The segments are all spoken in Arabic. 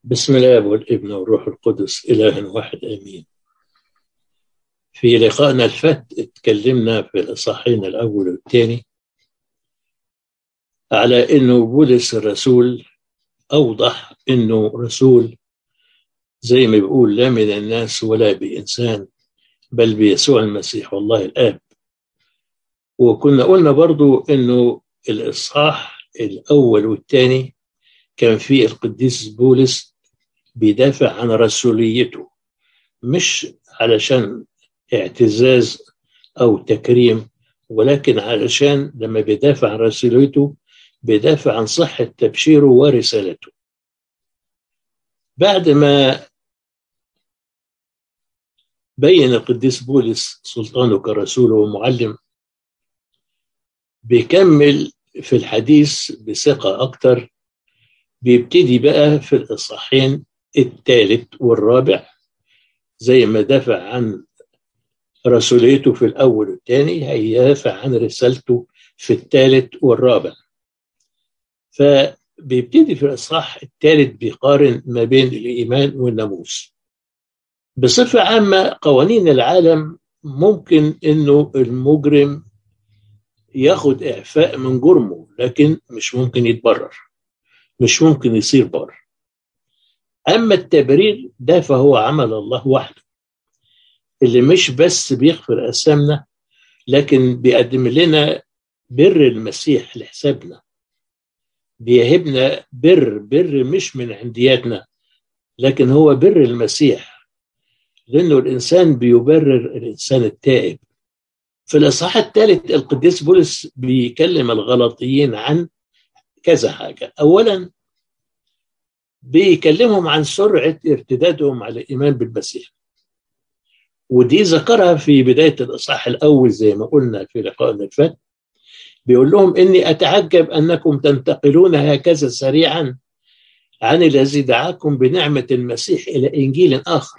بسم الله والابن والروح القدس إله واحد آمين. في لقائنا الفات اتكلمنا في الإصحاحين الأول والثاني على إنه بولس الرسول أوضح إنه رسول زي ما بيقول لا من الناس ولا بإنسان بل بيسوع المسيح والله الآب. وكنا قلنا برضو إنه الإصحاح الأول والثاني كان فيه القديس بولس بيدافع عن رسوليته، مش علشان اعتزاز أو تكريم، ولكن علشان لما بيدافع عن رسالته بيدافع عن صحة تبشيره ورسالته. بعد ما بين القديس بولس سلطانه كرسول ومعلم، بيكمل في الحديث بثقة أكتر. بيبتدي بقى في الإصحاحين الثالث والرابع زي ما دافع عن رسوليته في الأول والثاني هيدافع عن رسالته في الثالث والرابع. فبيبتدي في الإصحاح الثالث بيقارن ما بين الإيمان والناموس. بصفة عامة قوانين العالم ممكن إنه المجرم ياخد إعفاء من جرمه، لكن مش ممكن يتبرر، مش ممكن يصير بار. أما التبرير ده فهو عمل الله وحده، اللي مش بس بيغفر أثامنا لكن بيقدم لنا بر المسيح لحسابنا، بيهبنا بر مش من عندياتنا لكن هو بر المسيح، لأنه الإنسان بيبرر الإنسان التائب. في الإصحاح الثالث القديس بولس بيكلم الغلاطيين عن كذا حاجة. أولا بيكلمهم عن سرعة ارتدادهم على الإيمان بالمسيح، ودي ذكرها في بداية الإصحاح الأول زي ما قلنا في لقائنا الفات. بيقول لهم إني أتعجب أنكم تنتقلون هكذا سريعا عن الذي دعاكم بنعمة المسيح إلى إنجيل آخر.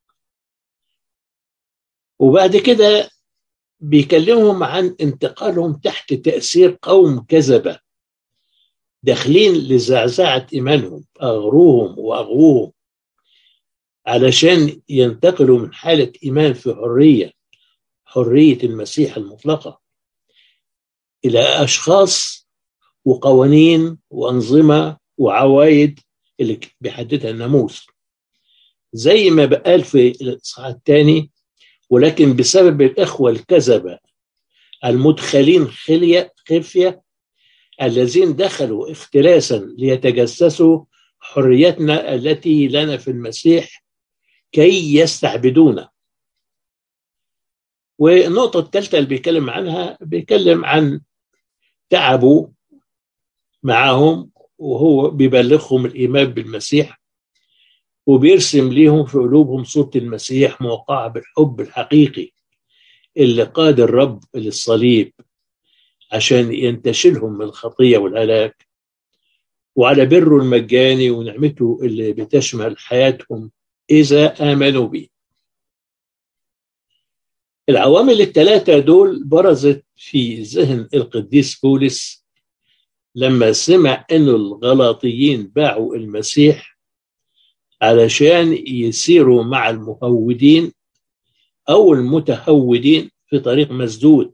وبعد كده بيكلمهم عن انتقالهم تحت تأثير قوم كذبة داخلين لزعزعة إيمانهم، أغروهم وأغووهم علشان ينتقلوا من حالة إيمان في حرية المسيح المطلقة، إلى أشخاص وقوانين وأنظمة وعوايد اللي بيحددها الناموس. زي ما بقال في الإصحاح الثاني: ولكن بسبب الإخوة الكذبة المدخلين خفية الذين دخلوا اختلاسا ليتجسسوا حريتنا التي لنا في المسيح كي يستعبدونا. والنقطة الثالثة اللي بيتكلم عنها بيتكلم عن تعبه معهم وهو بيبلغهم الإيمان بالمسيح وبيرسم ليهم في قلوبهم صورة المسيح موقعة بالحب الحقيقي اللي قاد الرب للصليب عشان ينتشلهم من الخطية والهلاك، وعلى بره المجاني ونعمته اللي بتشمل حياتهم إذا آمنوا به. العوامل الثلاثة دول برزت في ذهن القديس بولس لما سمع أن الغلاطيين باعوا المسيح علشان يسيروا مع المهودين أو المتهودين في طريق مسدود.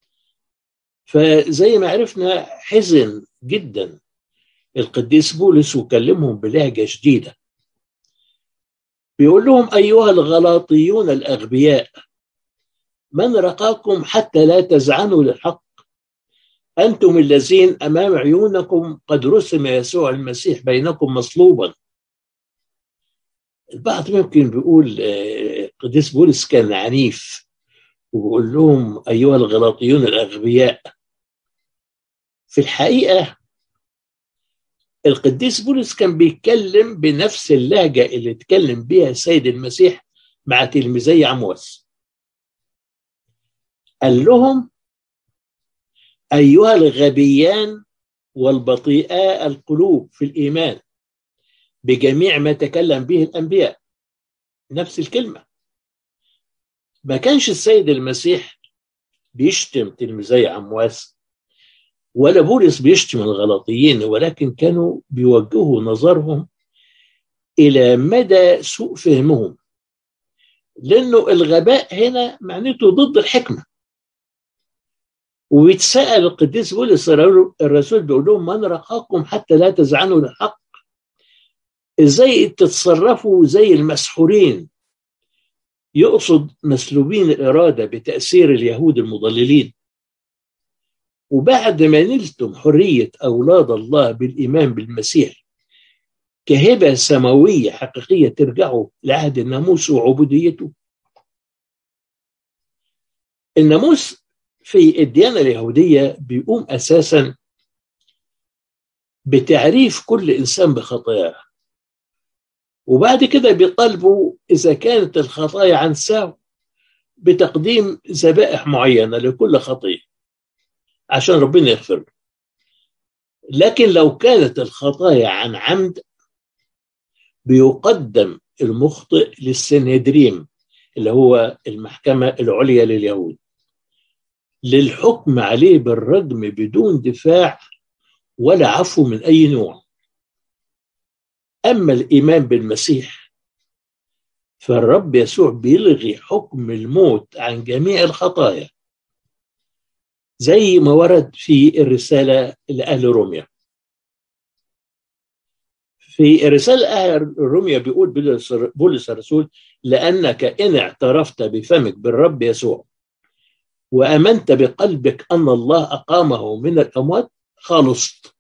فزي ما عرفنا حزن جدا القديس بولس وكلمهم بلهجة شديدة. بيقول لهم: أيها الغلاطيون الأغبياء، من رقاكم حتى لا تزعنوا للحق؟ أنتم الذين أمام عيونكم قد رسم يسوع المسيح بينكم مصلوبا. البعض ممكن بيقول القديس بولس كان عنيف وبيقول لهم أيها الغلاطيون الأغبياء. في الحقيقة القديس بولس كان بيتكلم بنفس اللهجة اللي اتكلم بها السيد المسيح مع تلميذي عمواس. قال لهم: أيها الغبيان والبطيئاء القلوب في الإيمان بجميع ما تكلم به الأنبياء. نفس الكلمة. ما كانش السيد المسيح بيشتم تلميذي عمواس ولا بولس بيشتم الغلاطيين، ولكن كانوا بيوجهوا نظرهم إلى مدى سوء فهمهم، لأنه الغباء هنا معناته ضد الحكمة. ويتسأل القديس بولس الرسول بيقول لهم: من رقاكم حتى لا تزعنوا للحق؟ ازاي تتصرفوا زي المسحورين؟ يقصد مسلوبين الإرادة بتأثير اليهود المضللين. وبعد ما نلتم حرية أولاد الله بالإيمان بالمسيح كهبة سماوية حقيقية ترجعوا لعهد الناموس وعبوديته. الناموس في الديانة اليهودية بيقوم أساسا بتعريف كل إنسان بخطاياه، وبعد كده بيطالبوا إذا كانت الخطايا عن سهو بتقديم ذبائح معينة لكل خطية عشان ربنا يغفر. لكن لو كانت الخطايا عن عمد بيقدم المخطئ للسنهدريم اللي هو المحكمة العليا لليهود للحكم عليه بالرجم بدون دفاع ولا عفو من أي نوع. أما الإيمان بالمسيح فالرب يسوع بيلغي حكم الموت عن جميع الخطايا، زي ما ورد في الرسالة لأهل روميا. في رسالة أهل روميا بيقول بولس الرسول: لأنك إن اعترفت بفمك بالرب يسوع وأمنت بقلبك أن الله أقامه من الأموات خلصت.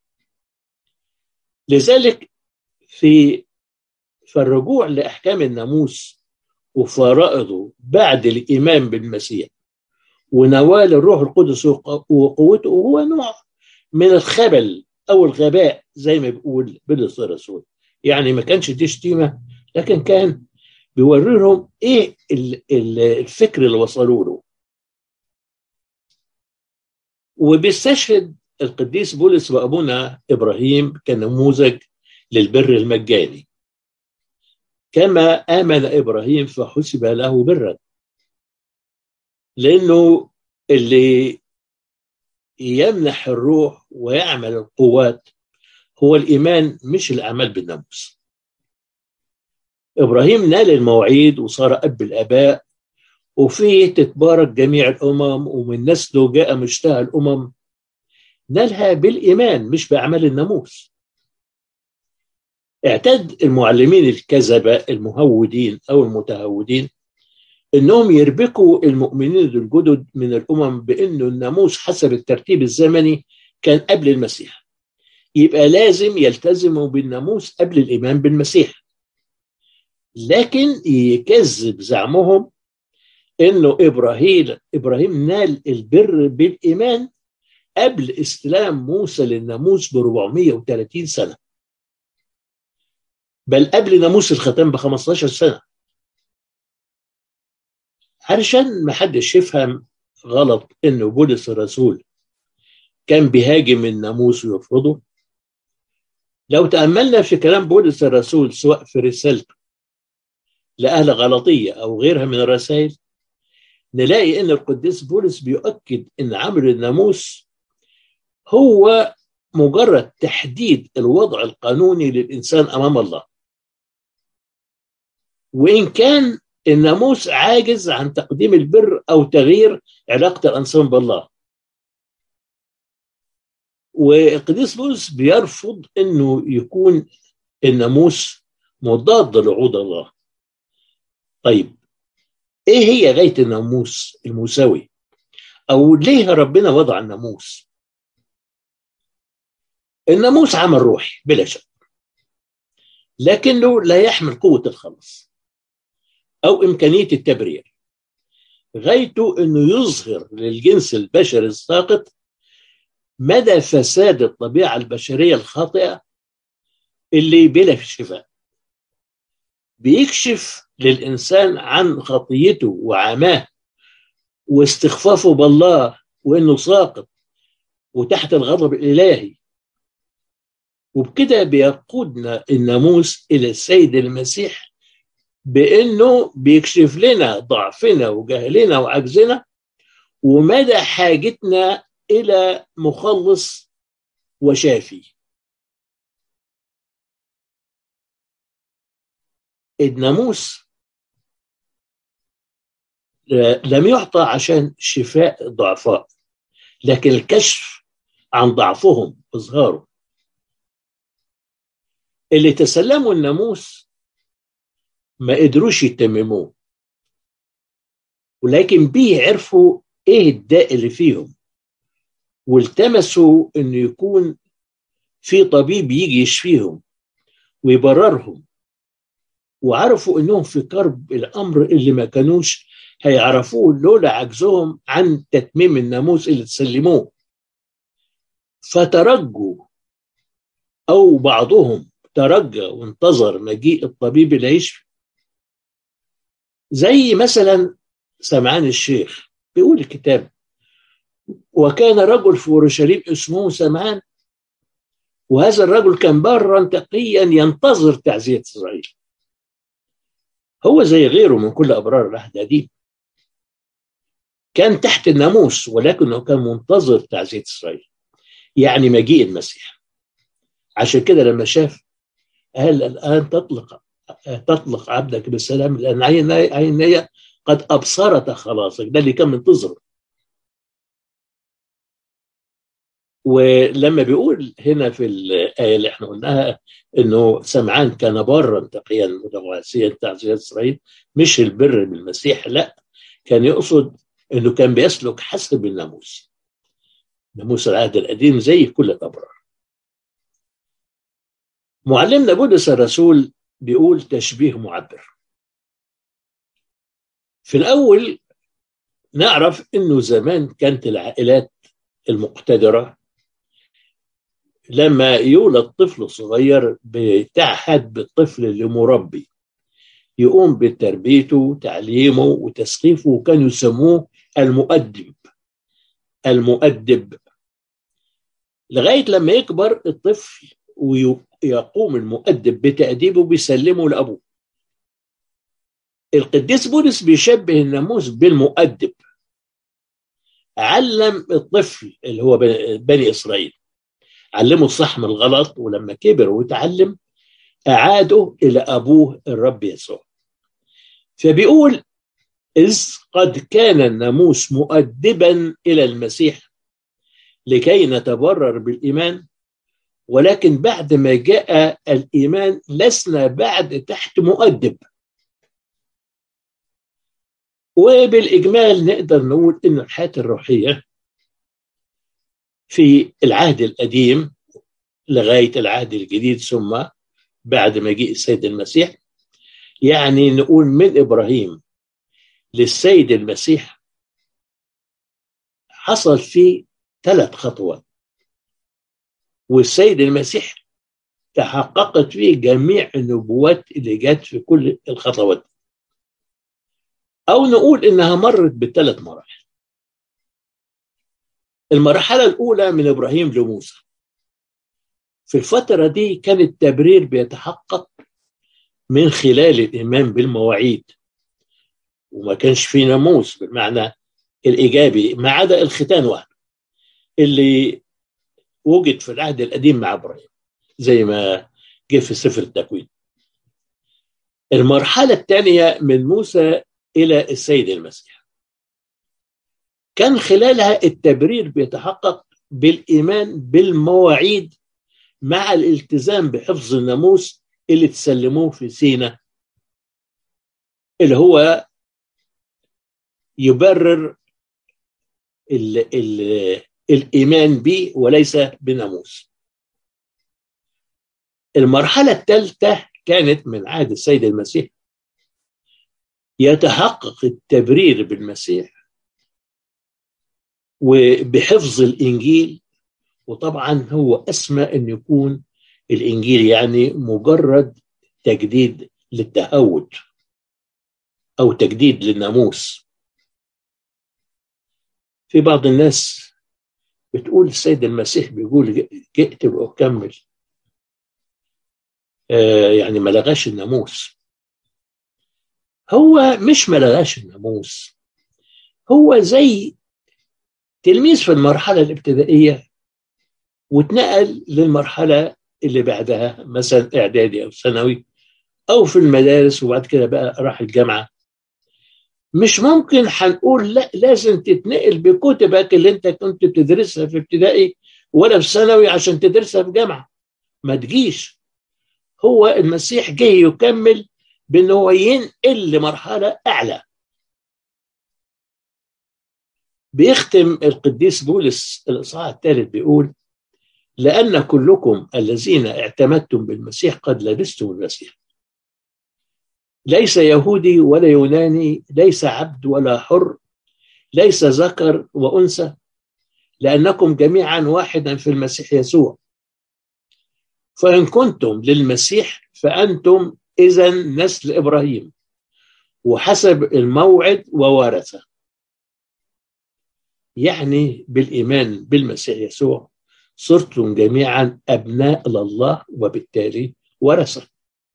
لذلك في الرجوع لأحكام الناموس وفرائضه بعد الإيمان بالمسيح ونوال الروح القدس وقوته هو نوع من الخبل أو الغباء زي ما بيقول بولس الرسول. يعني ما كانش دي شتيمة، لكن كان بيوري لهم إيه الفكر اللي وصلوا له. وبيستشهد القديس بولس وأبونا إبراهيم كنموذج للبر المجاني. كما آمن إبراهيم فحسب له برا، لأنه اللي يمنح الروح ويعمل القوات هو الإيمان مش الأعمال بالناموس. إبراهيم نال المواعيد وصار أب الآباء، وفيه تتبارك جميع الأمم، ومن نسله جاء مشتهى الأمم. نالها بالإيمان مش بأعمال الناموس. اعتاد المعلمين الكذبة المهودين أو المتهودين إنهم يربكوا المؤمنين الجدد من الأمم بأنه الناموس حسب الترتيب الزمني كان قبل المسيح، يبقى لازم يلتزموا بالناموس قبل الإيمان بالمسيح. لكن يكذب زعمهم إنه إبراهيم نال البر بالإيمان قبل استلام موسى للناموس ب 430 سنة، بل قبل ناموس الختام ب 15 سنة. علشان ما حدش يفهم غلط إنه بولس الرسول كان بيهاجم الناموس ويرفضه، لو تأملنا في كلام بولس الرسول سواء في رسالته لأهل غلطية أو غيرها من الرسائل، نلاقي إن القديس بولس بيؤكد إن عمل الناموس هو مجرد تحديد الوضع القانوني للإنسان أمام الله، وإن كان الناموس عاجز عن تقديم البر أو تغيير علاقة الإنسان بالله. والقديس بولس بيرفض إنه يكون الناموس مضاد لوعود الله. طيب إيه هي غاية الناموس الموسوي؟ أو ليه ربنا وضع الناموس؟ الناموس عمل روحي بلا شك، لكنه لا يحمل قوة الخلاص أو إمكانية التبرير. غايته أنه يظهر للجنس البشري الساقط مدى فساد الطبيعة البشرية الخاطئة اللي بلا شفاء. بيكشف للإنسان عن خطيته وعماه واستخفافه بالله وأنه ساقط وتحت الغضب الإلهي. وبكده بيقودنا الناموس إلى السيد المسيح بأنه بيكشف لنا ضعفنا وجهلنا وعجزنا ومدى حاجتنا إلى مخلص وشافي. الناموس لم يعطى عشان شفاء الضعفاء، لكن الكشف عن ضعفهم إظهاره. اللي تسلموا الناموس ما قدروش يتمموه، ولكن بيه عرفوا ايه الداء اللي فيهم، والتمسوا انه يكون في طبيب يجي يشفيهم ويبررهم، وعرفوا انهم في كرب الامر اللي ما كانوش هيعرفوه لولا عجزهم عن تتميم الناموس اللي تسلموه. فترجوا، او بعضهم ترجى وانتظر مجيء الطبيب اللي هيشفي. زي مثلا سمعان الشيخ، بيقول الكتاب: وكان رجل في اورشليم اسمه سمعان، وهذا الرجل كان بارا تقيا ينتظر تعزية إسرائيل. هو زي غيره من كل أبرار العهد القديم، كان تحت الناموس ولكنه كان منتظر تعزية إسرائيل، يعني مجيء المسيح. عشان كده لما شاف قال: الآن تطلق عبدك بالسلام، لأن عيني قد أبصرت خلاصك. ده اللي كان منتظره. ولما بيقول هنا في الآية اللي احنا قلناها انه سمعان كان بارا تقيا متواسيا تعزية إسرائيل، مش البر بالمسيح، لا، كان يقصد انه كان بيسلك حسب الناموس، ناموس العهد القديم زي كل الأبرار. معلمنا بولس الرسول بيقول تشبيه معبر. في الأول نعرف انه زمان كانت العائلات المقتدرة لما يولد طفل صغير بتعهد بالطفل لمربي يقوم بتربيته وتعليمه وتثقيفه، وكانوا يسموه المؤدب. المؤدب لغاية لما يكبر الطفل ويقوم المؤدب بتأديبه بيسلمه لأبوه. القديس بولس بيشبه الناموس بالمؤدب، علم الطفل اللي هو بني إسرائيل، علمه الصح من الغلط، ولما كبر وتعلم أعاده إلى أبوه الرب يسوع. فبيقول: إذ قد كان الناموس مؤدبا إلى المسيح لكي نتبرر بالإيمان، ولكن بعد ما جاء الإيمان لسنا بعد تحت مؤدب. وبالإجمال نقدر نقول إن الحياة الروحية في العهد القديم لغاية العهد الجديد ثم بعد مجيء السيد المسيح، يعني نقول من إبراهيم للسيد المسيح حصل فيه 3 خطوات، والسيد المسيح تحققت فيه جميع النبوات اللي جت في كل الخطوات، أو نقول إنها مرت ب3 مراحل. المرحلة الأولى من إبراهيم لموسى، في الفترة دي كان التبرير بيتحقق من خلال الإيمان بالمواعيد، وما كانش فيه ناموس بالمعنى الإيجابي ما عدا الختان واحد اللي وجد في العهد القديم مع إبراهيم زي ما جه في سفر التكوين. المرحلة الثانية من موسى إلى السيد المسيح كان خلالها التبرير بيتحقق بالإيمان بالمواعيد مع الالتزام بحفظ الناموس اللي تسلموه في سينا، اللي هو يبرر الإيمان به وليس بناموس. المرحلة الثالثة كانت من عهد السيد المسيح، يتحقق التبرير بالمسيح وبحفظ الإنجيل. وطبعا هو أسمى أن يكون الإنجيل يعني مجرد تجديد للتهود أو تجديد للناموس. في بعض الناس بتقول السيد المسيح بيقول جئت وأكمل، يعني ما لغاش الناموس. هو مش ما لغاش الناموس، هو زي تلميذ في المرحلة الابتدائية واتنقل للمرحلة اللي بعدها مثلا إعدادي أو ثانوي، أو في المدارس وبعد كده بقى راح الجامعة، مش ممكن هنقول لا لازم تتنقل بكتبك اللي انت كنت بتدرسها في ابتدائي ولا في ثانوي عشان تدرسها في جامعة. ما تجيش. هو المسيح جه يكمل بأنه هو ينقل لمرحلة أعلى. بيختم القديس بولس الإصحاح الثالث بيقول: لأن كلكم الذين اعتمدتم بالمسيح قد لبستم المسيح، ليس يهودي ولا يوناني، ليس عبد ولا حر، ليس ذكر وأنثى، لأنكم جميعا واحدا في المسيح يسوع. فإن كنتم للمسيح فأنتم إذن نسل إبراهيم وحسب الموعد وورثة. يعني بالإيمان بالمسيح يسوع صرتم جميعا أبناء لله وبالتالي ورثة.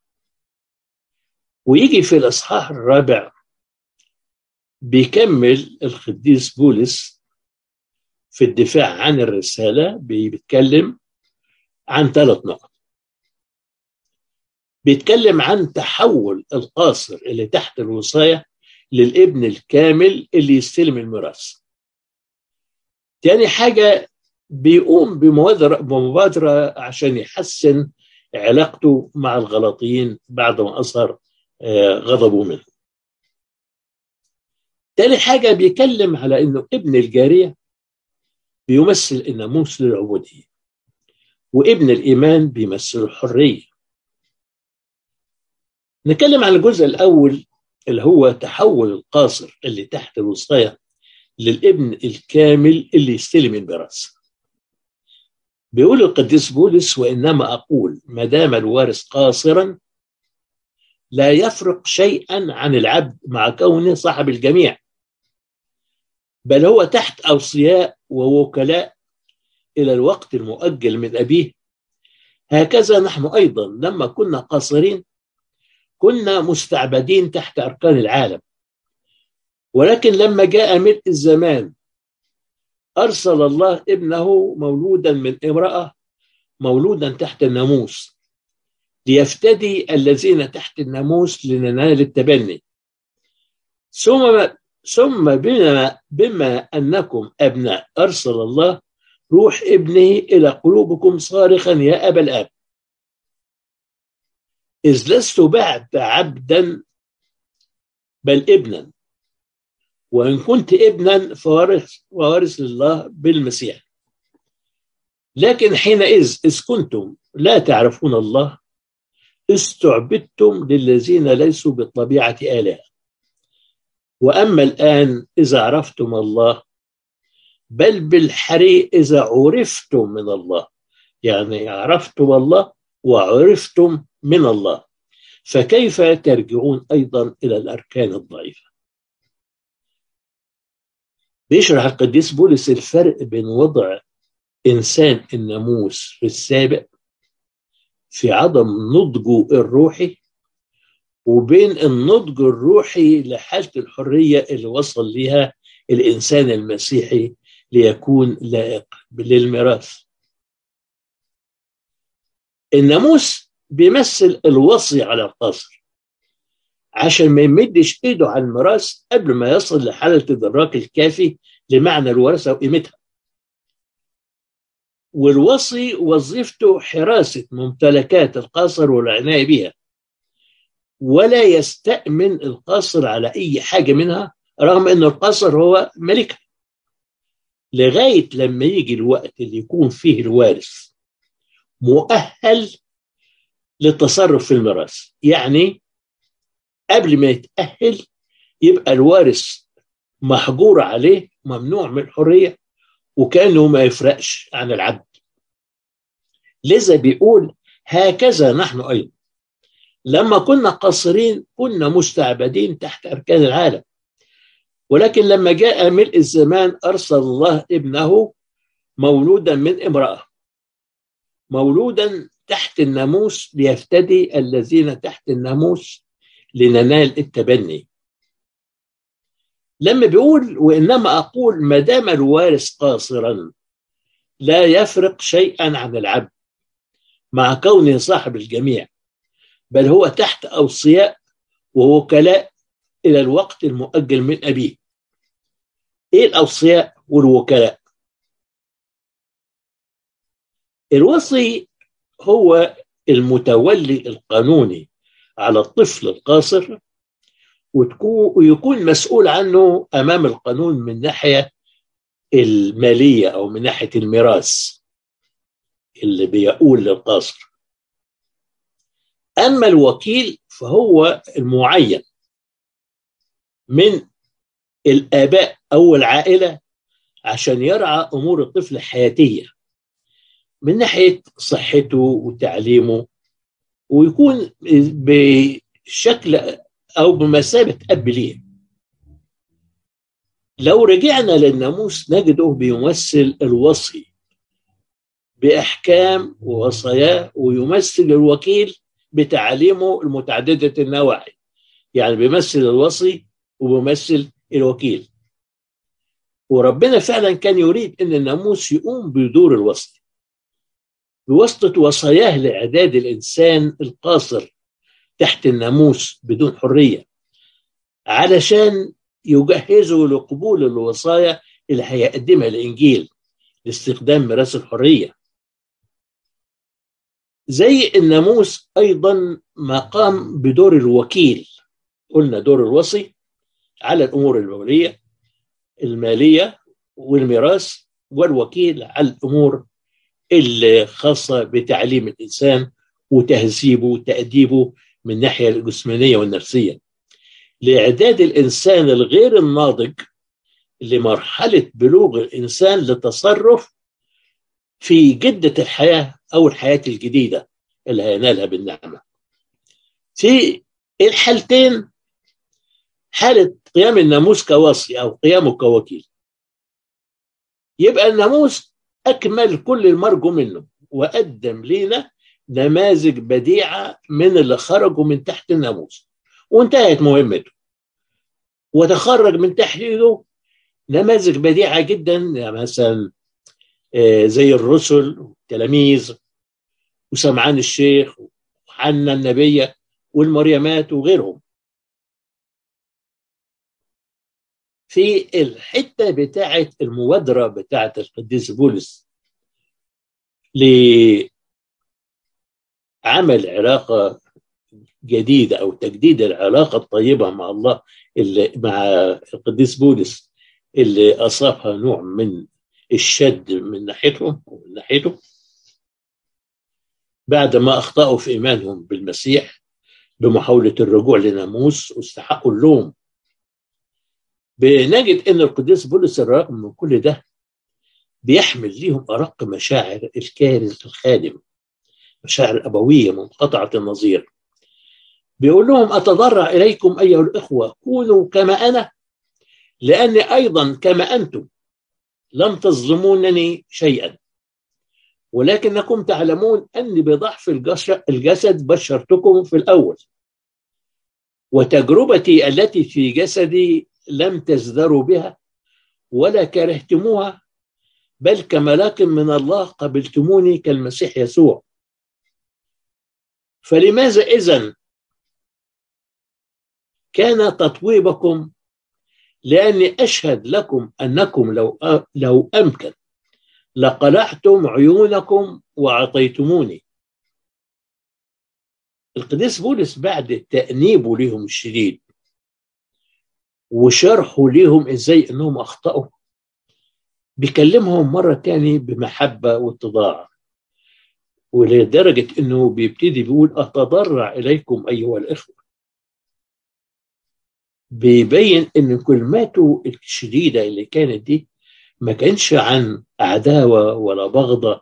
ويجي في الإصحاح الرابع بيكمل القديس بولس في الدفاع عن الرسالة، بيتكلم عن 3 نقط. بيتكلم عن تحول القاصر اللي تحت الوصاية للابن الكامل اللي يستلم الميراث. تاني حاجة بيقوم بمبادرة عشان يحسن علاقته مع الغلاطيين بعد ما أظهر غضبه منه. تالت حاجة بيتكلم على أنه ابن الجارية بيمثل الناموس للعبودية، وابن الإيمان بيمثل الحرية. نتكلم عن الجزء الأول اللي هو تحول القاصر اللي تحت الوصاية للابن الكامل اللي يستلم الميراث. بيقول القديس بولس: وإنما أقول ما دام الوارث قاصرا لا يفرق شيئا عن العبد مع كونه صاحب الجميع، بل هو تحت أوصياء ووكلاء إلى الوقت المؤجل من أبيه. هكذا نحن أيضا لما كنا قاصرين كنا مستعبدين تحت أركان العالم، ولكن لما جاء ملء الزمان أرسل الله ابنه مولودا من امرأة مولودا تحت الناموس ليفتدي الذين تحت الناموس لننال التبني. ثم بما أنكم أبناء أرسل الله روح ابنه إلى قلوبكم صارخا يا أبا الآب، إذ لست بعد عبدا بل ابنا، وإن كنت ابنا فوارث لله بالمسيح. لكن حينئذ إذ كنتم لا تعرفون الله استعبدتم للذين ليسوا بالطبيعة آلهة. وأما الآن إذا عرفتم الله بل بالحري إذا عرفتم من الله، يعني عرفتم الله وعرفتم من الله، فكيف ترجعون أيضا إلى الأركان الضعيفة؟ بيشرح القديس بولس الفرق بين وضع إنسان الناموس في السابق في عدم نضجه الروحي وبين النضج الروحي لحالة الحرية اللي وصل لها الإنسان المسيحي ليكون لائق للميراث. الناموس بيمثل الوصي على القاصر عشان ما يمدش ايده على الميراث قبل ما يصل لحالة الإدراك الكافي لمعنى الورثة وقيمتها. والوصي وظيفته حراسة ممتلكات القاصر والعناية بها، ولا يستأمن القاصر على أي حاجة منها رغم أن القاصر هو ملكها، لغاية لما يجي الوقت اللي يكون فيه الوارث مؤهل للتصرف في الميراث. يعني قبل ما يتأهل يبقى الوارث محجور عليه، ممنوع من الحرية، وكانه ما يفرقش عن العبد. لذا بيقول: هكذا نحن أيضا لما كنا قاصرين كنا مستعبدين تحت أركان العالم، ولكن لما جاء ملء الزمان أرسل الله ابنه مولودا من امرأة مولودا تحت الناموس ليفتدي الذين تحت الناموس لننال التبني. لما بيقول: وإنما أقول ما دام الوارث قاصرا لا يفرق شيئا عن العبد مع كونه صاحب الجميع، بل هو تحت أوصياء ووكلاء إلى الوقت المؤجل من أبيه. إيه الأوصياء والوكلاء؟ الوصي هو المتولي القانوني على الطفل القاصر، ويكون مسؤول عنه أمام القانون من ناحية المالية أو من ناحية الميراث اللي بيقول للقاصر. أما الوكيل فهو المعين من الآباء أو العائلة عشان يرعى أمور الطفل الحياتية من ناحية صحته وتعليمه، ويكون بشكل أو بمثابة أب ليه. لو رجعنا للناموس نجده بيمثل الوصي بأحكام ووصاياه، ويمثل الوكيل بتعاليمه المتعددة النواحي. يعني بيمثل الوصي وبيمثل الوكيل. وربنا فعلا كان يريد أن الناموس يقوم بدور الوصي بواسطة وصاياه لإعداد الإنسان القاصر تحت الناموس بدون حرية، علشان يجهزوا لقبول الوصايا اللي هيقدمها الإنجيل لاستخدام ميراث الحرية. زي الناموس أيضا ما قام بدور الوكيل. قلنا دور الوصي على الأمور المالية والميراث، والوكيل على الأمور الخاصة بتعليم الإنسان وتهذيبه وتأديبه من الناحية الجسمانية والنفسية، لإعداد الإنسان الغير الناضج لمرحلة بلوغ الإنسان لتصرف في جدة الحياة أو الحياة الجديدة اللي هينالها بالنعمة. في الحالتين، حالة قيام الناموس كوصي أو قيامه كوكيل، يبقى الناموس أكمل كل المرجو منه وقدم لنا نماذج بديعة من اللي خرجوا من تحت الناموس وانتهت مهمته، وتخرج من تحته نماذج بديعة جدا، مثلا زي الرسل والتلاميذ وسمعان الشيخ وحنا النبية والمريمات وغيرهم. في الحتة بتاعة المبادرة بتاعة القديس بولس لعمل علاقة جديدة أو تجديد العلاقة الطيبة مع الله، اللي مع القديس بولس اللي أصابها نوع من الشد من ناحيتهم ومن ناحيته بعد ما أخطأوا في إيمانهم بالمسيح بمحاولة الرجوع لناموس واستحقوا اللوم. بنجد أن القديس بولس الرغم من كل ده بيحمل ليهم أرق مشاعر الكارز الخادم، مشاعر أبوية منقطعة النظير. بيقول لهم: أتضرع إليكم أيها الإخوة كونوا كما أنا، لأني أيضا كما أنتم لم تظلمونني شيئا، ولكنكم تعلمون أني بضعف الجسد بشرتكم في الأول، وتجربتي التي في جسدي لم تزدروا بها ولا كرهتموها، بل كملاك من الله قبلتموني كالمسيح يسوع. فلماذا إذن كان تطويبكم؟ لأني أشهد لكم أنكم لو أمكن لقلعتم عيونكم وعطيتموني. القديس بولس بعد تأنيبه لهم الشديد وشرحوا لهم إزاي أنهم أخطأوا، بيكلمهم مرة تاني بمحبة واتضاع، ولدرجة أنه بيبتدي بيقول: أتضرع إليكم أيها الإخوة. بيبين أن كلماته الشديدة اللي كانت دي ما كانش عن عداوة ولا بغضة،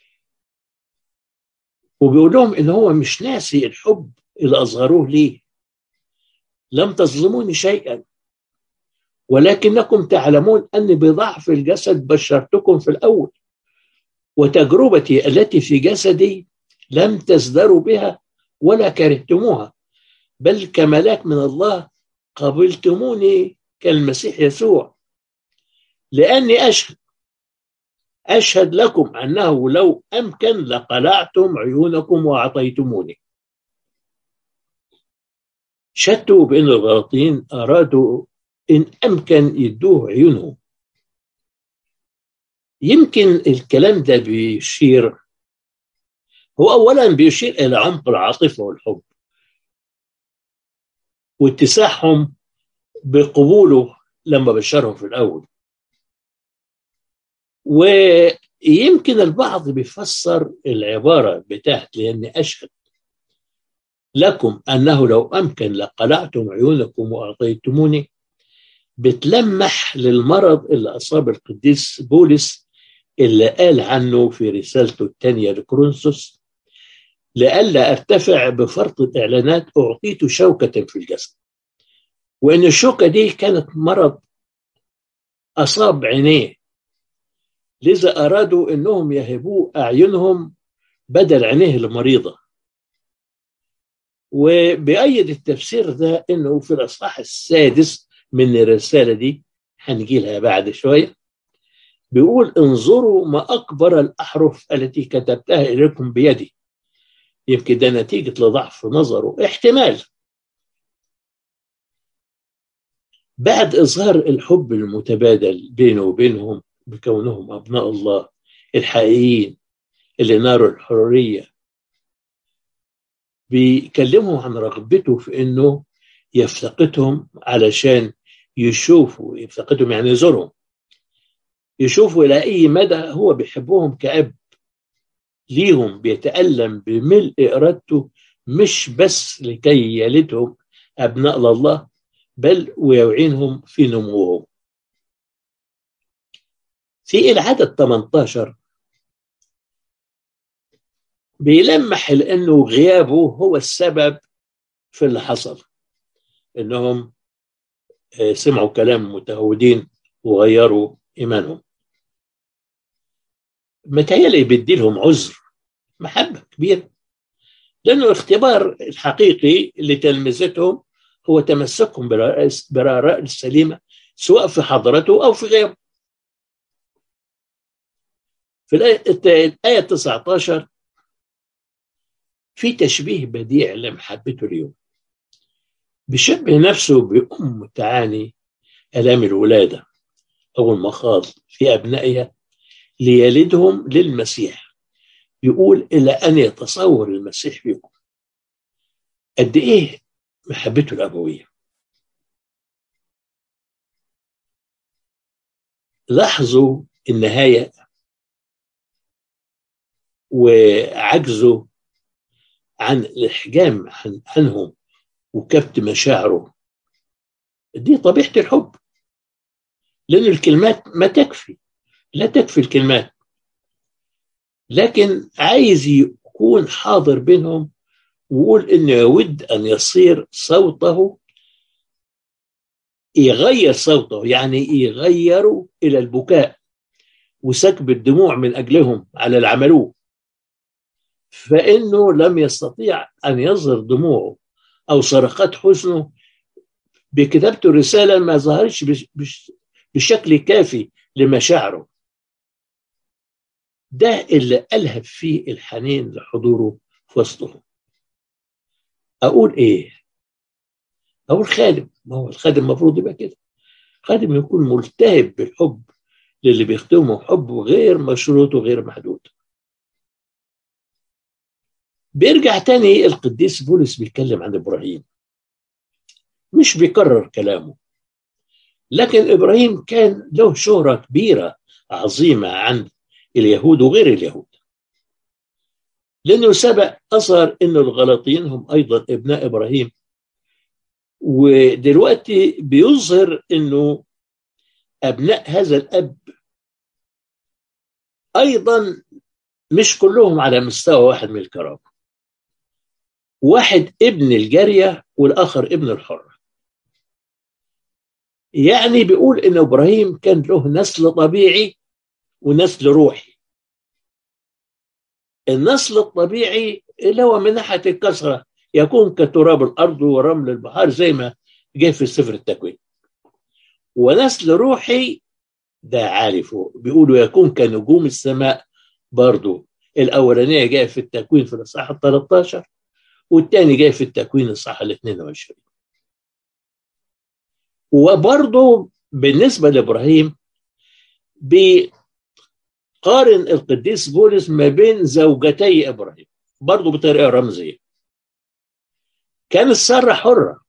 وبيقول لهم إن هو مش ناسي الحب اللي أظهروه ليه. لم تظلموني شيئا، ولكنكم تعلمون أني بضعف الجسد بشرتكم في الأول، وتجربتي التي في جسدي لم تزدروا بها ولا كرهتموها، بل كملاك من الله قبلتموني كالمسيح يسوع. لأني أشهد لكم أنه لو أمكن لقلعتم عيونكم وأعطيتموني. شتوا بأن الغلاطيين أرادوا إن أمكن يدوه عيونهم. يمكن الكلام ده بيشير، هو أولا بيشير إلى عمق العاطفة والحب واتساعهم بقبوله لما بشرهم في الأول. ويمكن البعض بيفسر العبارة بتاعت لأني أشهد لكم أنه لو أمكن لقلعتم عيونكم وأعطيتموني، بتلمح للمرض اللي أصاب القديس بولس اللي قال عنه في رسالته الثانية لكورنثوس: لئلا أرتفع بفرط الإعلانات أعطيت شوكة في الجسد. وإن الشوكة دي كانت مرض أصاب عينيه، لذا أرادوا أنهم يهبوا أعينهم بدل عينيه المريضة. وبأيد التفسير ده أنه في الأصحاح السادس من الرسالة دي، هنجي لها بعد شوية، بيقول: انظروا ما أكبر الأحرف التي كتبتها إليكم بيدي. يمكن ده نتيجة لضعف نظره، احتمال. بعد إظهار الحب المتبادل بينه وبينهم بكونهم أبناء الله الحقيقيين اللي ناروا الحرية، بيكلمهم عن رغبته في أنه يفتقدهم علشان يشوفوا، يفتقدهم يعني يزورهم، يشوفوا إلى أي مدى هو بيحبهم كأب ليهم، بيتألم بملء إرادته، مش بس لكي يلدهم أبناء لله، بل ويعينهم في نموهم. في العدد 18 بيلمح لأنه غيابه هو السبب في اللي حصل، إنهم سمعوا كلام متهودين وغيروا إيمانهم. متهيألي بدي لهم عذر، محبة كبيرة، لأنه الاختبار الحقيقي لتلمذتهم هو تمسكهم بالآراء السليمة سواء في حضرته أو في غيره. في الآية 19 في تشبيه بديع لمحبته اليوم، بيشبه نفسه بأم تعاني آلام الولادة أو المخاض في أبنائها ليلدهم للمسيح. يقول: إلى أن يتصور المسيح فيكم. قد إيه محبته الأبوية. لاحظوا النهاية وعجزه عن الإحجام عنهم وكبت مشاعره. دي طبيعة الحب، لأن الكلمات ما تكفي، لا تكفي الكلمات، لكن عايز يكون حاضر بينهم ويقول إنه يود أن يصير صوته، يغير صوته، يعني يغيروا إلى البكاء وسكب الدموع من أجلهم على اللي عملوه. فإنه لم يستطيع أن يظهر دموعه أو صرخات حزنه بكتابة الرسالة، ما ظهرش بشكل كافي لمشاعره. ده اللي ألهب فيه الحنين لحضوره في وسطهم. أقول إيه؟ أقول خادم. ما هو الخادم المفروض يبقى كده، خادم يكون ملتهب بالحب للي بيخدمه، حب غير مشروط وغير محدود. بيرجع تاني القديس بولس بيتكلم عن إبراهيم، مش بيكرر كلامه، لكن إبراهيم كان له شهرة كبيرة عظيمة عند اليهود وغير اليهود، لأنه سبق أظهر أن الغلاطيين هم أيضا ابناء إبراهيم، ودلوقتي بيظهر أنه أبناء هذا الأب أيضا مش كلهم على مستوى واحد من الكرامة. واحد ابن الجارية والآخر ابن الحر. يعني بيقول إن إبراهيم كان له نسل طبيعي ونسل روحي. النسل الطبيعي اللي هو من ناحية الكثرة يكون كتراب الأرض ورمل البحار زي ما جاء في سفر التكوين. ونسل روحي ده عالي فوق، بيقولوا يكون كنجوم السماء. برضو الأولانية جاء في التكوين في الإصحاح 13، والثاني جاء في التكوين الإصحاح 22. وبرضه بالنسبة لإبراهيم بقارن القديس بولس ما بين زوجتي إبراهيم برضه بطريقة رمزية. كانت سارة حرة،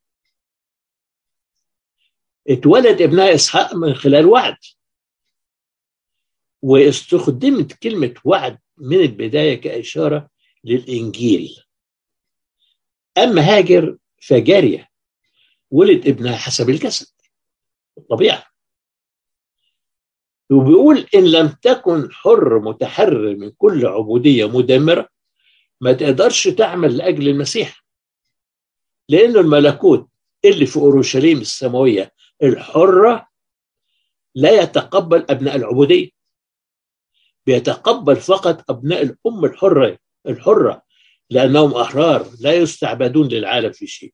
اتولد ابنها إسحاق من خلال وعد، واستخدمت كلمة وعد من البداية كإشارة للإنجيل. أما هاجر فجارية، ولد ابنها حسب الجسد الطبيعة. وبيقول إن لم تكن حر متحرر من كل عبودية مدمرة ما تقدرش تعمل لأجل المسيح، لأن الملكوت اللي في أورشليم السماوية الحرة لا يتقبل أبناء العبودية، بيتقبل فقط أبناء الأم الحرة لأنهم أحرار لا يستعبدون للعالم في شيء.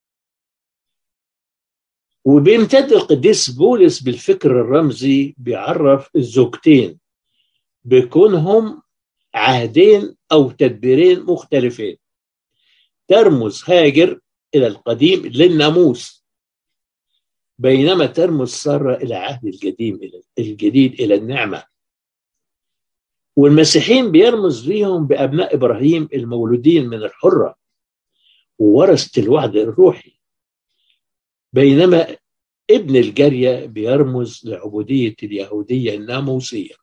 وبيمتد القديس بولس بالفكر الرمزي، بيعرف الزوجتين بكونهم عهدين أو تدبيرين مختلفين. ترمز هاجر إلى القديم للناموس، بينما ترمز سارة إلى عهد الجديد إلى النعمة. والمسيحيين بيرمز ليهم بأبناء إبراهيم المولودين من الحرة وورثة الوعد الروحي، بينما ابن الجارية بيرمز لعبودية اليهودية الناموسية.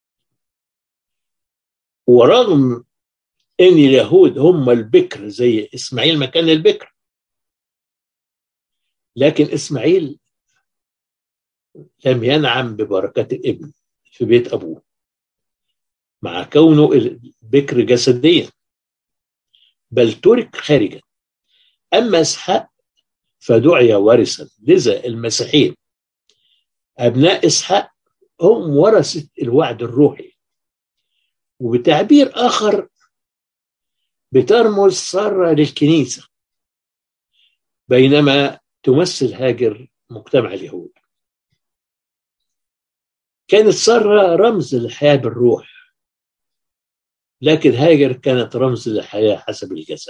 ورغم ان اليهود هم البكر زي اسماعيل ما كان البكر، لكن اسماعيل لم ينعم ببركات الابن في بيت ابوه مع كونه البكر جسديا، بل ترك خارجا. اما اسحاق فدعي وارثا، لذا المسيحيين ابناء اسحاق هم ورثة الوعد الروحي. وبتعبير اخر بترمز سارة للكنيسة، بينما تمثل هاجر مجتمع اليهود. كانت سارة رمز للحياة بالروح، لكن هاجر كانت رمز للحياة حسب الجسد.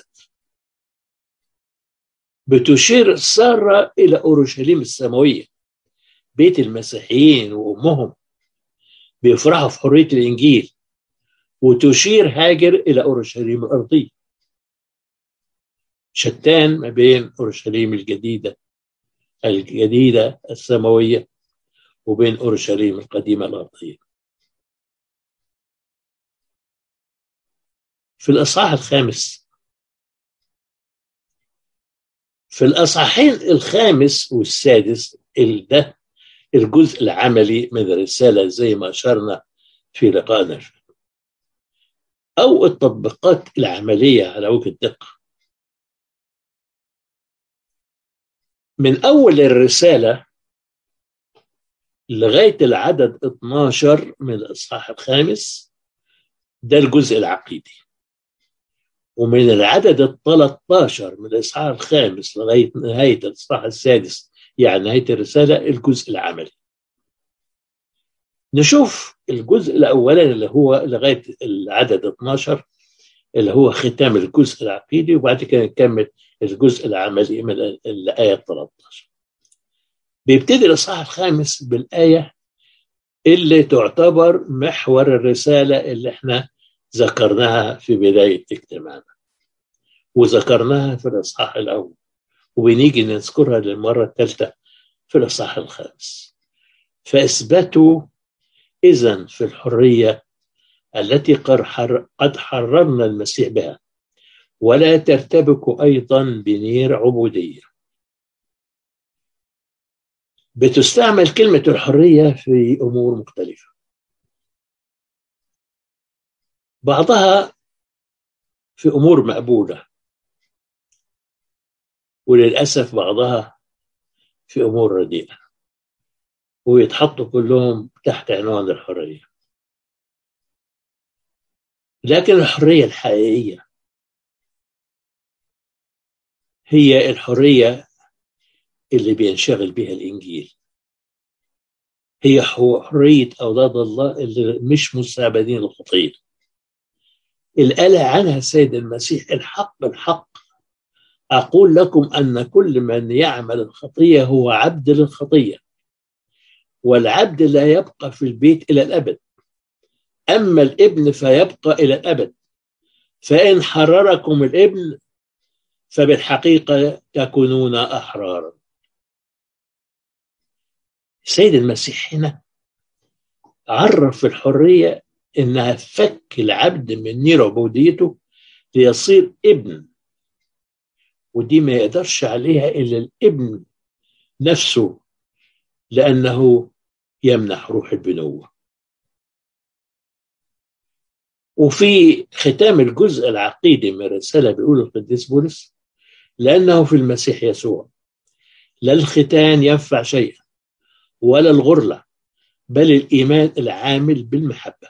بتشير سارة إلى أورشليم السماوية، بيت المسيحيين وأمهم بيفرحوا في حرية الإنجيل، وتشير هاجر إلى أورشليم الأرضية. شتان ما بين أورشليم الجديدة السماوية وبين أورشليم القديمة الأرضية. في الأصحاح الخامس، في الأصحاحين الخامس والسادس ده الجزء العملي من الرسالة زي ما أشرنا في لقائنا، أو التطبيقات العملية على وجه الدقة. من أول الرسالة لغاية العدد 12 من الإصحاح الخامس ده الجزء العقيدي، ومن العدد 13 من الإصحاح الخامس لغاية نهاية الإصحاح السادس يعني نهاية الرسالة الجزء العملي. نشوف الجزء الأولاني اللي هو لغاية العدد 12 اللي هو ختام الجزء العقيدي، وبعد كده نكمل الجزء العملي من الآية 13. بيبتدي الإصحاح الخامس بالآية اللي تعتبر محور الرسالة اللي احنا ذكرناها في بداية اجتماعنا، وذكرناها في الإصحاح الأول، وبنيجي نذكرها للمرة الثالثة في الإصحاح الخامس. فاثبتوا إذن في الحرية التي قد حررنا المسيح بها، ولا ترتبكوا أيضا بنير عبودية. بتستعمل كلمة الحرية في أمور مختلفة، بعضها في أمور مقبولة، وللأسف بعضها في أمور رديئة، ويتحطوا كلهم تحت عنوان الحرية. لكن الحرية الحقيقية هي الحرية اللي بينشغل بها الإنجيل، هي حرية أولاد الله اللي مش مستعبدين الخطية، اللي قال عنها السيد المسيح الحق الحق أقول لكم أن كل من يعمل الخطية هو عبد للخطية، والعبد لا يبقى في البيت إلى الأبد، أما الابن فيبقى إلى الأبد. فإن حرركم الابن فبالحقيقة تكونون أحرارا. السيد المسيح هنا عرف الحرية إنها فك العبد من نير عبوديته ليصير ابن، ودي ما يقدرش عليها إلا الابن نفسه، لأنه يمنح روح البنوة. وفي ختام الجزء العقيدي من الرسالة بيقول القديس بولس: لأنه في المسيح يسوع لا الختان ينفع شيئا ولا الغرلة، بل الإيمان العامل بالمحبة.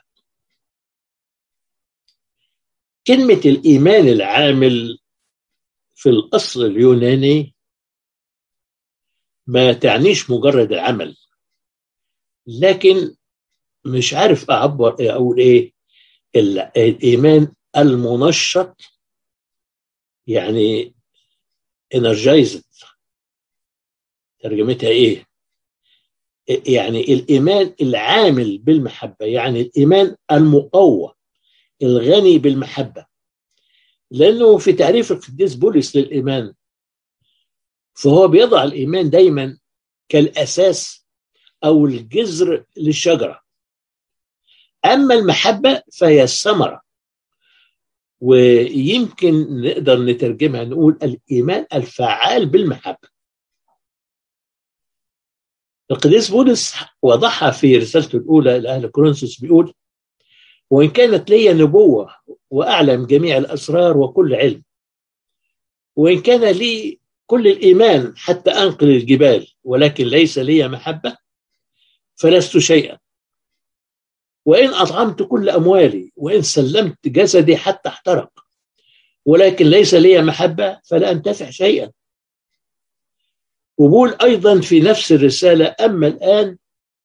كلمة الإيمان العامل في الأصل اليوناني ما تعنيش مجرد العمل، لكن مش عارف أعبر أقول إيه. الإيمان المنشط، يعني energized، ترجمتها إيه؟ يعني الإيمان العامل بالمحبة، يعني الإيمان المقوى الغني بالمحبة. لأنه في تعريف القديس بولس للإيمان فهو بيضع الإيمان دايما كالأساس أو الجذر للشجرة، أما المحبة فهي الثمرة، ويمكن نقدر نترجمها نقول الإيمان الفعال بالمحبة. القديس بولس وضحها في رسالته الأولى لأهل كورنثوس، بيقول: وإن كانت لي نبوة وأعلم جميع الأسرار وكل علم، وإن كان لي كل الإيمان حتى أنقل الجبال، ولكن ليس لي محبة فلست شيئا. وإن أطعمت كل أموالي وإن سلمت جسدي حتى احترق، ولكن ليس لي محبة فلا أنتفع شيئا. وبقول أيضا في نفس الرسالة: أما الآن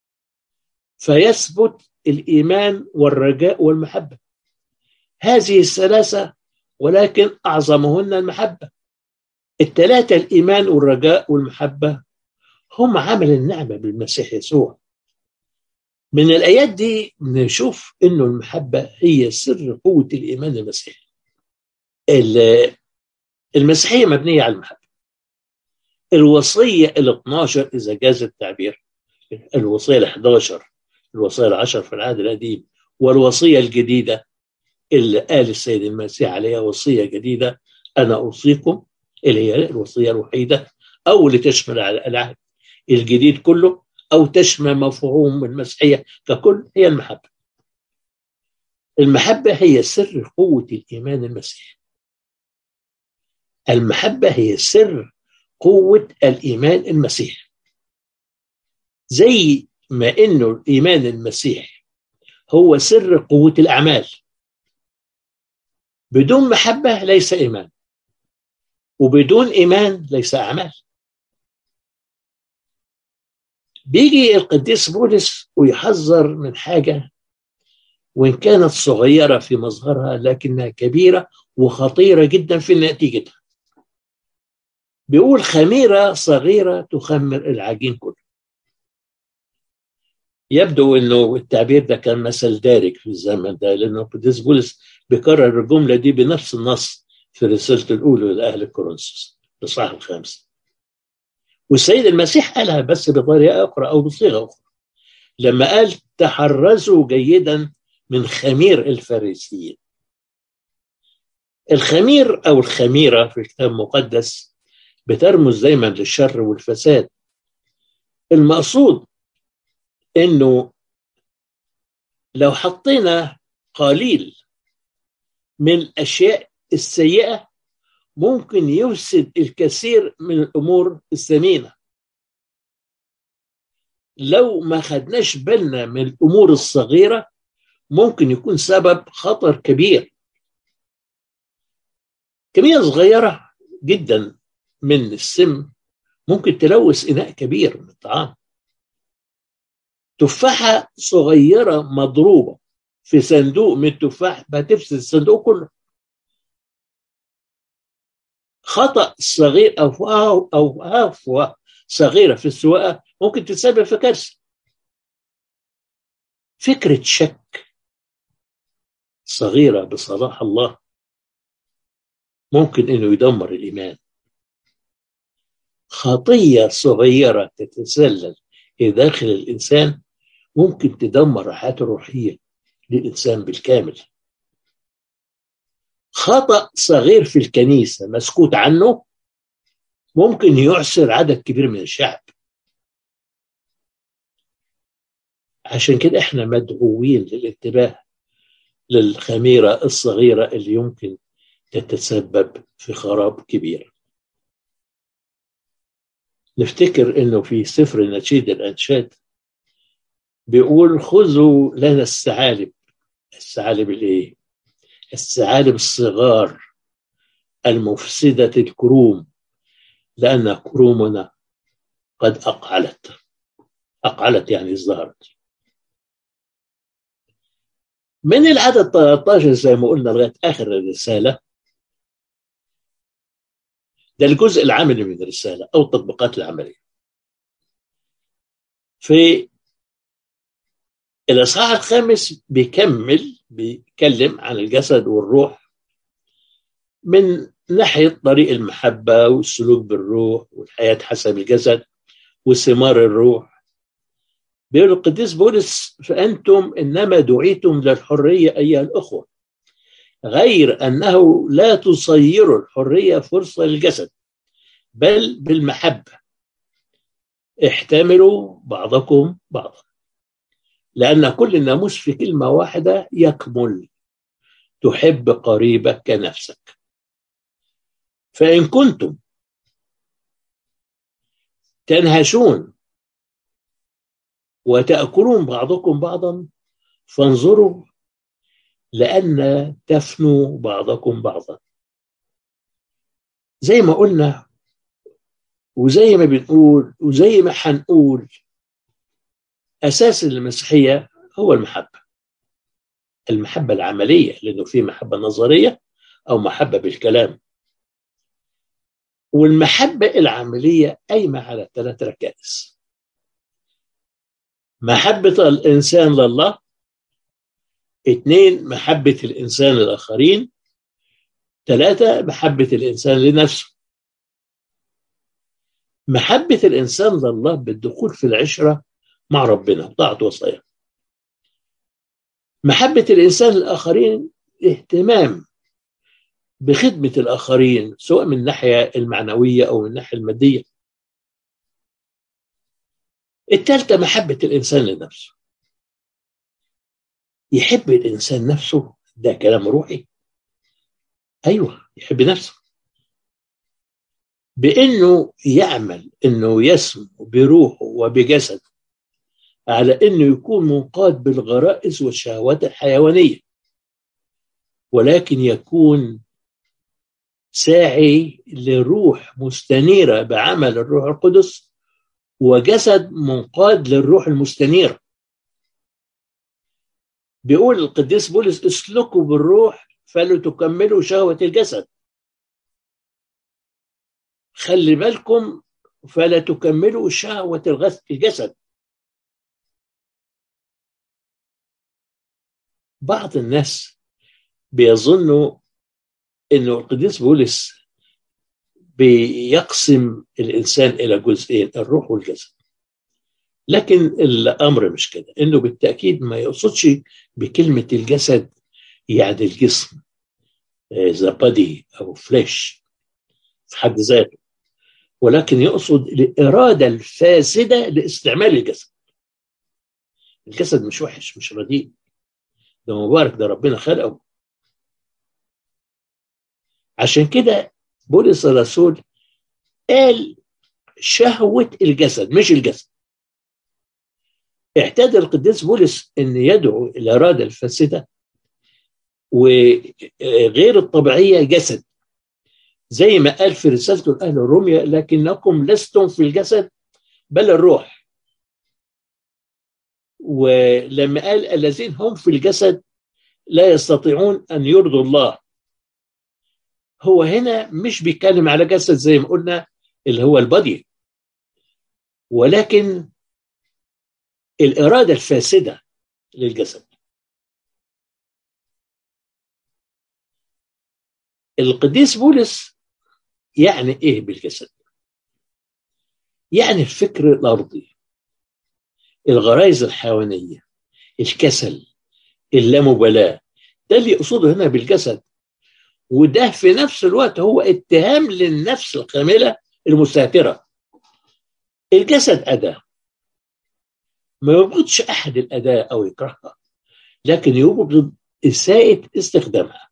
فيثبت الإيمان والرجاء والمحبة، هذه الثلاثة، ولكن أعظمهن المحبة. الثلاثة، الإيمان والرجاء والمحبة، هم عمل النعمة بالمسيح يسوع. من الآيات دي نشوف إنه المحبة هي سر قوة الإيمان المسيحي. المسيحية مبنية على المحبة. الوصية ال12 إذا جاز التعبير، الوصية ال11، الوصية ال10 في العهد القديم، والوصية الجديدة اللي قال السيد المسيح عليها: وصية جديدة أنا أوصيكم، اللي هي الوصية الوحيدة، أو اللي تشمل على العهد الجديد كله، أو تشمل مفهوم المسيحية ككل، هي المحبة. المحبة هي سر قوة الإيمان المسيحي. المحبة هي سر قوة الإيمان المسيحي، زي ما إنه الإيمان المسيحي هو سر قوة الأعمال. بدون محبة ليس إيمان، وبدون إيمان ليس أعمال. بيجي القديس بولس ويحذر من حاجة وإن كانت صغيرة في مظهرها لكنها كبيرة وخطيرة جدا في نتيجتها. بيقول: خميرة صغيرة تخمر العجين كله. يبدو أنه التعبير ده كان مثل دارج في الزمن ده، لأنه القديس بولس بيكرر الجملة دي بنفس النص في رسالته الأولى لأهل كورنثوس الإصحاح 5. والسيد المسيح قالها بس بطريقة أخرى أو بصيغة أخرى، لما قال: تحرزوا جيدا من خمير الفريسيين. الخمير أو الخميرة في الكتاب المقدس بترمز دايما للشر والفساد. المقصود إنه لو حطينا قليل من الأشياء السيئة ممكن يفسد الكثير من الأمور الثمينة. لو ما خدناش بالنا من الأمور الصغيرة ممكن يكون سبب خطر كبير. كمية صغيرة جدا من السم ممكن تلوث إناء كبير من الطعام. تفاحة صغيرة مضروبة في صندوق من التفاح هتفسد الصندوق كله. خطأ صغير أو هفوة صغيرة في السواقة ممكن تتسبب في كارثة. فكرة شك صغيرة بصلاح الله ممكن إنه يدمر الإيمان. خطية صغيرة تتسلل في داخل الإنسان ممكن تدمر حياته الروحية للإنسان بالكامل. خطأ صغير في الكنيسة مسكوت عنه ممكن يعسر عدد كبير من الشعب. عشان كده احنا مدعوين للانتباه للخميرة الصغيرة اللي يمكن تتسبب في خراب كبير. نفتكر انه في سفر نشيد الانشاد بيقول خذوا لنا الثعالب. الثعالب الايه؟ الثعالب الصغار المفسدة الكروم لأن كرومنا قد أقعلت يعني ازدهرت. من العدد 13 زي ما قلنا لغاية آخر الرسالة، ده الجزء العملي من الرسالة أو التطبيقات العملية. في الإصحاح الخامس بيتكلم عن الجسد والروح من ناحية طريق المحبة والسلوك بالروح والحياة حسب الجسد وثمار الروح. بيقول القديس بولس فأنتم إنما دعيتم للحرية أيها الأخوة، غير أنه لا تصيروا الحرية فرصة للجسد بل بالمحبة احتملوا بعضكم بعضا، لأن كل الناموس في كلمة واحدة يكمل: تحب قريبك كنفسك. فإن كنتم تنهشون وتأكلون بعضكم بعضا فانظروا لأن تفنوا بعضكم بعضا. زي ما قلنا وزي ما بنقول وزي ما هنقول، أساس المسيحية هو المحبة العملية، لأنه في محبة نظرية أو محبة بالكلام. والمحبة العملية قايمة على 3 ركائز: محبة الإنسان لله، 2 محبة الإنسان للآخرين، 3 محبة الإنسان لنفسه. محبة الإنسان لله بالدخول في العشرة مع ربنا وطاعة وصاياه. محبة الإنسان للآخرين اهتمام بخدمة الآخرين سواء من الناحية المعنوية أو من الناحية المادية. 3 محبة الإنسان لنفسه، يحب الإنسان نفسه. ده كلام روحي، أيوة يحب نفسه بأنه يعمل أنه يسمو بروحه وبجسده على أنه يكون منقاد بالغرائز والشهوات الحيوانية، ولكن يكون ساعي لروح مستنيرة بعمل الروح القدس وجسد منقاد للروح المستنيرة. بيقول القديس بولس اسلكوا بالروح فلا تكملوا شهوة الجسد. خلي بالكم فلا تكملوا شهوة الجسد. بعض الناس بيظنوا انه القديس بولس بيقسم الانسان الى جزئين: الروح والجسد. لكن الامر مش كده، انه بالتاكيد ما يقصدش بكلمه الجسد يعني الجسم ذا بادي او فليش في حد ذاته، ولكن يقصد الاراده الفاسده لاستعمال الجسد. الجسد مش وحش، مش رديء، ده مبارك، ده ربنا خلقه. عشان كده بولس الرسول قال شهوة الجسد مش الجسد. اعتاد القديس بولس أن يدعو الإرادة الفاسدة وغير الطبيعية جسد، زي ما قال في رسالته لأهل روميا: لكنكم لستم في الجسد بل الروح. ولما قال الذين هم في الجسد لا يستطيعون أن يرضوا الله، هو هنا مش بيتكلم على جسد زي ما قلنا اللي هو البادي، ولكن الإرادة الفاسدة للجسد. القديس بولس يعني إيه بالجسد؟ يعني الفكر الأرضي، الغرائز الحيوانية، الكسل، اللامبالاة، ده اللي يقصده هنا بالجسد. وده في نفس الوقت هو اتهام للنفس الخاملة المستهترة. الجسد أداة، ما يبغضش أحد الأداة أو يكرهها، لكن يبغض إساءة استخدامها.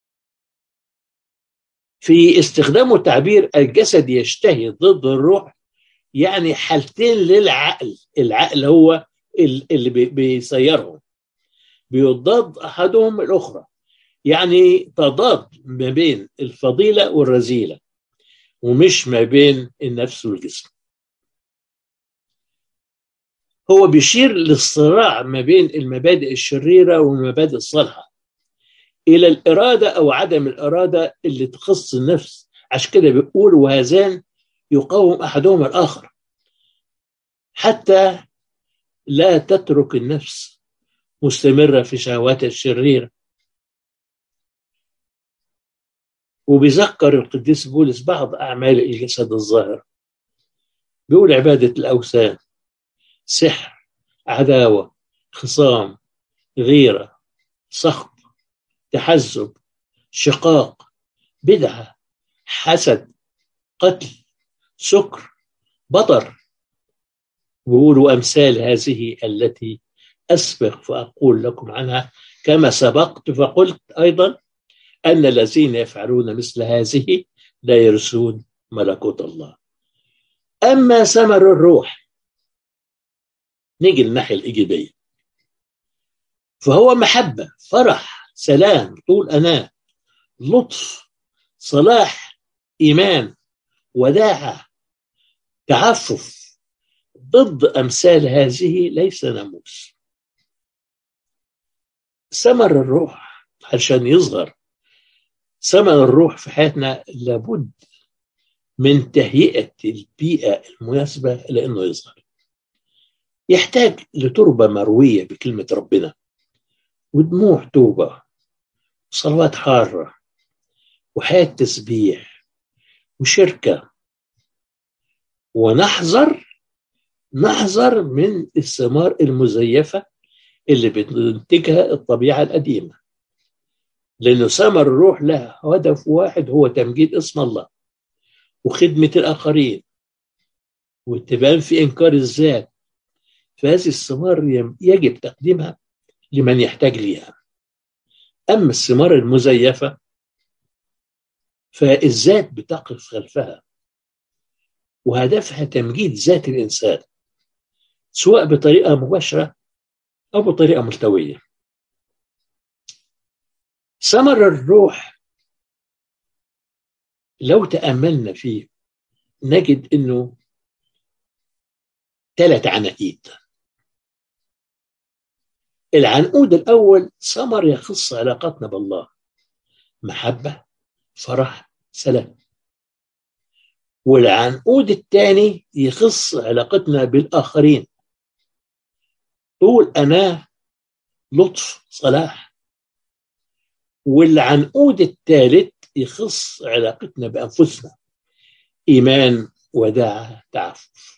في استخدامه تعبير الجسد يشتهي ضد الروح، يعني حالتين للعقل. العقل هو اللي بيسيرهم، بيضاد أحدهم الأخرى، يعني تضاد ما بين الفضيلة والرذيلة، ومش ما بين النفس والجسم. هو بيشير للصراع ما بين المبادئ الشريرة والمبادئ الصالحة، إلى الإرادة أو عدم الإرادة اللي تخص النفس. عشان كده بيقول وهذان يقاوم أحدهما الآخر حتى لا تترك النفس مستمرة في شهواتها الشريرة. وبيذكر القديس بولس بعض أعمال الجسد الظاهر، بيقول عبادة الأوثان، سحر، عداوة، خصام، غيرة، سخط، تحزب، شقاق، بدعة، حسد، قتل، سكر، بطر. بيقولوا أمثال هذه التي أسبق فأقول لكم عنها كما سبقت فقلت أيضا أن الذين يفعلون مثل هذه لا يرثون ملكوت الله. أما ثمر الروح، نيجي للناحية الإيجابية، فهو محبة، فرح، سلام، طول أناة، لطف، صلاح، إيمان، وداعة، تعفف. ضد أمثال هذه ليس ناموس. ثمر الروح عشان يظهر ثمر الروح في حياتنا لابد من تهيئة البيئة المناسبة لأنه يظهر. يحتاج لتربة مروية بكلمة ربنا، ودموع توبة، وصلوات حارة، وحياة تسبيح، وشركة. ونحذر من الثمار المزيفة اللي بتنتجها الطبيعة القديمة، لأنه ثمر الروح لها هدف واحد، هو تمجيد اسم الله وخدمة الآخرين والتبان في إنكار الذات. فهذه الثمار يجب تقديمها لمن يحتاج ليها. أما الثمار المزيفة فالذات بتقف خلفها، وهدفها تمجيد ذات الإنسان، سواء بطريقة مباشرة أو بطريقة ملتوية. ثمر الروح لو تأملنا فيه نجد أنه 3 عناقيد. العنقود الأول ثمر يخص علاقتنا بالله، محبة، فرح، سلام. والعنقود الثاني يخص علاقتنا بالآخرين، طول أناة، لطف، صلاح. والعنقود الثالث يخص علاقتنا بأنفسنا، إيمان، وداعة، تعفف.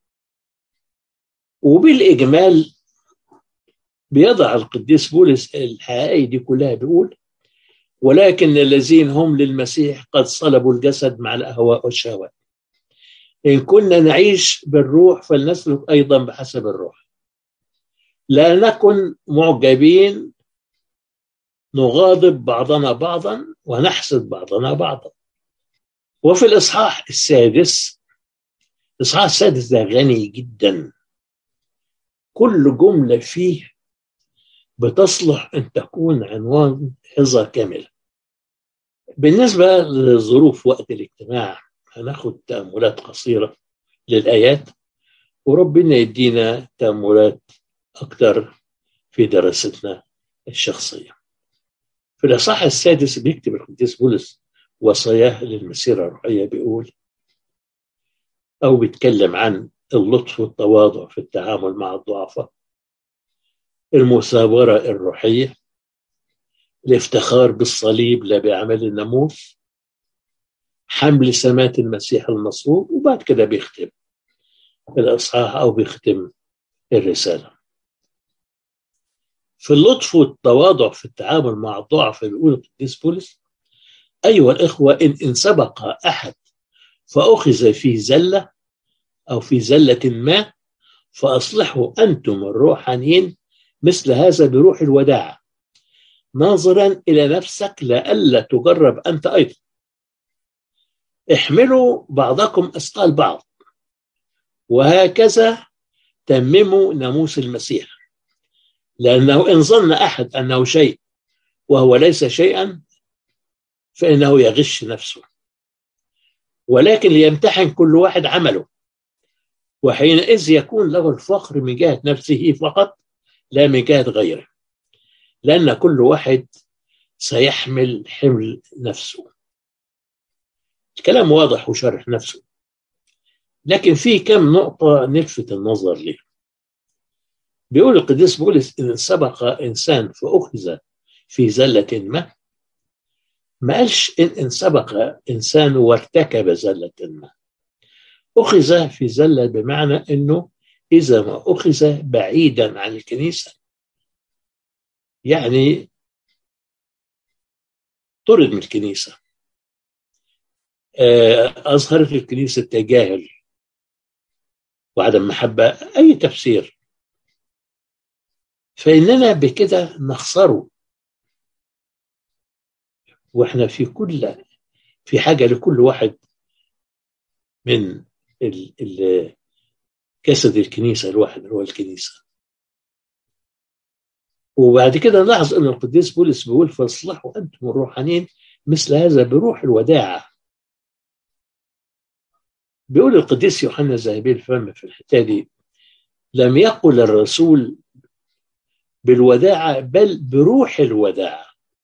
وبالإجمال بيضع القديس بولس الحقائق دي كلها، بيقول ولكن الذين هم للمسيح قد صلبوا الجسد مع الأهواء والشهوات. إن كنا نعيش بالروح فلنسلك أيضا بحسب الروح، لا نكن معجبين نغاضب بعضنا بعضا ونحسد بعضنا بعضا. وفي الإصحاح السادس ده غني جدا، كل جملة فيه بتصلح أن تكون عنوان عظة كاملة. بالنسبة لظروف وقت الاجتماع هناخد تأملات قصيرة للآيات، وربنا يدينا تأملات أكثر في دراستنا الشخصية. في الإصحاح السادس بيكتب القديس بولس وصاياه للمسيرة الروحية بيقول، أو بيتكلم عن اللطف والتواضع في التعامل مع الضعفاء، المثابرة الروحية، الافتخار بالصليب لا بعمل الناموس، حمل سمات المسيح المصلوب. وبعد كده بيختم الإصحاح أو بيختم الرسالة. في اللطف والتواضع في التعامل مع الضعف بيقول القديس بولس: أيها الإخوة، إن سبق أحد فأخذ في زلة أو في زلة ما، فأصلحوا أنتم الروحانيين مثل هذا بروح الوداعة، ناظرا إلى نفسك لئلا تجرب أنت أيضا. احملوا بعضكم أثقال بعض، وهكذا تمموا ناموس المسيح. لأنه إن ظن أحد أنه شيء وهو ليس شيئا فإنه يغش نفسه، ولكن ليمتحن كل واحد عمله، وحينئذ يكون له الفخر من جهة نفسه فقط لا من جهة غيره، لأن كل واحد سيحمل حمل نفسه. الكلام واضح وشرح نفسه، لكن في كم نقطة نلفت النظر ليه. بيقول القديس بولس: إن سبق إنسان فأخذ في زلة ما قالش إن سبق إنسان وارتكب زلة ما. أخذ في زلة بمعنى أنه إذا ما أخذ بعيدا عن الكنيسة، يعني طرد من الكنيسة، أظهرت الكنيسة تجاهل وعدم محبة، أي تفسير، فإننا بكده نخسره. وإحنا في حاجة لكل واحد من جسد الكنيسة الواحد هو الكنيسة. وبعد كده نلاحظ أن القديس بولس بيقول: فاصلحوا أنتم الروحانيين مثل هذا بروح الوداعة. بيقول القديس يوحنا ذهبي الفم في الحتة دي: لم يقل الرسول بالوداعة بل بروح الوداعة.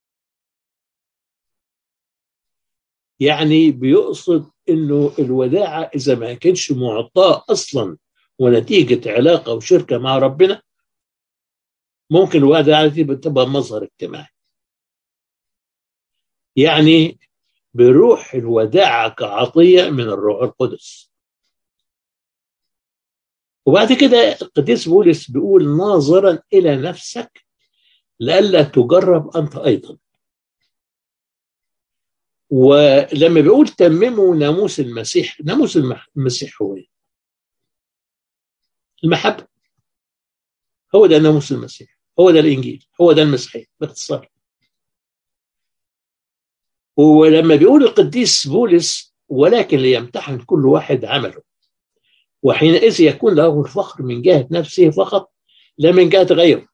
يعني بيقصد انه الوداعة اذا ما كانش معطاة اصلا ونتيجة علاقة وشركة مع ربنا، ممكن الوداعة دي بتبقى مظهر اجتماعي. يعني بروح الوداعة كعطية من الروح القدس. وبعد كده القديس بولس بيقول: ناظرا إلى نفسك لئلا تجرب أنت أيضا. ولما بيقول تمموا ناموس المسيح، ناموس المسيح هو ايه؟ المحبة. هو ده ناموس المسيح، هو ده الإنجيل، هو ده المسيحية باختصار. ولما بيقول القديس بولس: ولكن ليمتحن كل واحد عمله، وحينئذ يكون له الفخر من جهة نفسه فقط لا من جهة غيره.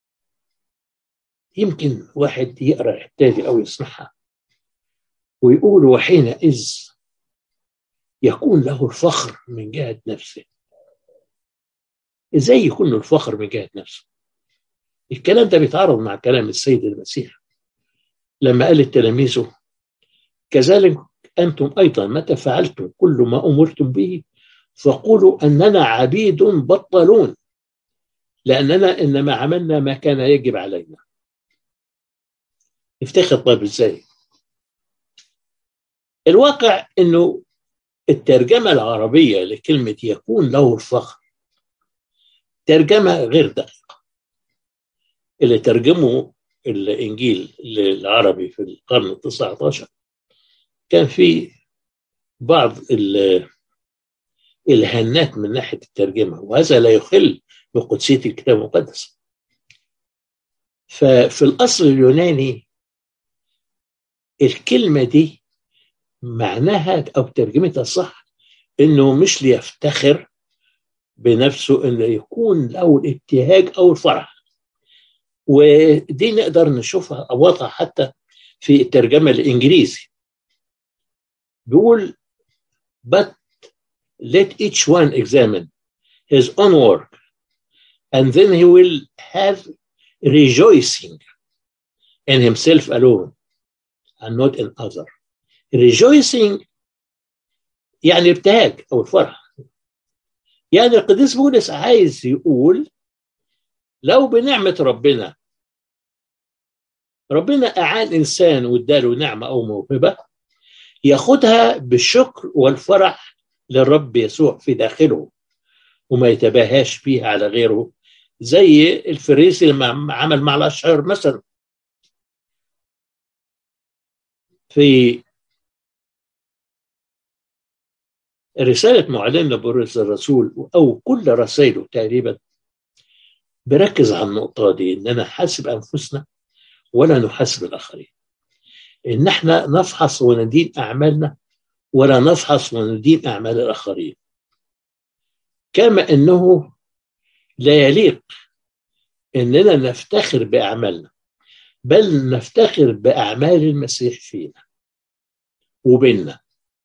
يمكن واحد يقرأ الحتة دي أو يسمعها ويقول: وحينئذ يكون له الفخر من جهة نفسه. إزاي يكون له الفخر من جهة نفسه؟ الكلام ده بيتعارض مع كلام السيد المسيح لما قال لتلاميذه: كذلك أنتم أيضا متى فعلتم كل ما أمرتم به فقولوا أننا عبيد بطلون، لأننا إنما عملنا ما كان يجب علينا. افتخر. طيب إزاي؟ الواقع إنه الترجمة العربية لكلمة يكون له الفخر ترجمة غير دقيقة. اللي ترجموا الإنجيل العربي في القرن ال19 كان في بعض الهنات من ناحية الترجمة، وهذا لا يخل بقدسية الكتاب المقدس. ففي الأصل اليوناني الكلمة دي معناها أو ترجمتها صح إنه مش ليفتخر بنفسه، إنه يكون له الابتهاج أو الفرح. ودي نقدر نشوفها أوضح حتى في الترجمة الإنجليزي. بيقول: but let each one examine his own work and then he will have rejoicing in himself alone and not in other. rejoicing يعني ابتهاج أو الفرح. يعني القديس بولس عايز يقول لو بنعمة ربنا أعان إنسان واداله نعمة أو موهبة، ياخدها بالشكر والفرح للرب يسوع في داخله وما يتباهاش فيها على غيره، زي الفريسي لما عمل مع الأشعار مثلا. في رسالة معلمنا بولس الرسول أو كل رسائله تقريبا بركز على النقطة دي، إننا نحاسب أنفسنا ولا نحاسب الآخرين، إن احنا نفحص وندين أعمالنا ولا نفحص وندين أعمال الآخرين. كما أنه لا يليق إننا نفتخر بأعمالنا، بل نفتخر بأعمال المسيح فينا وبيننا.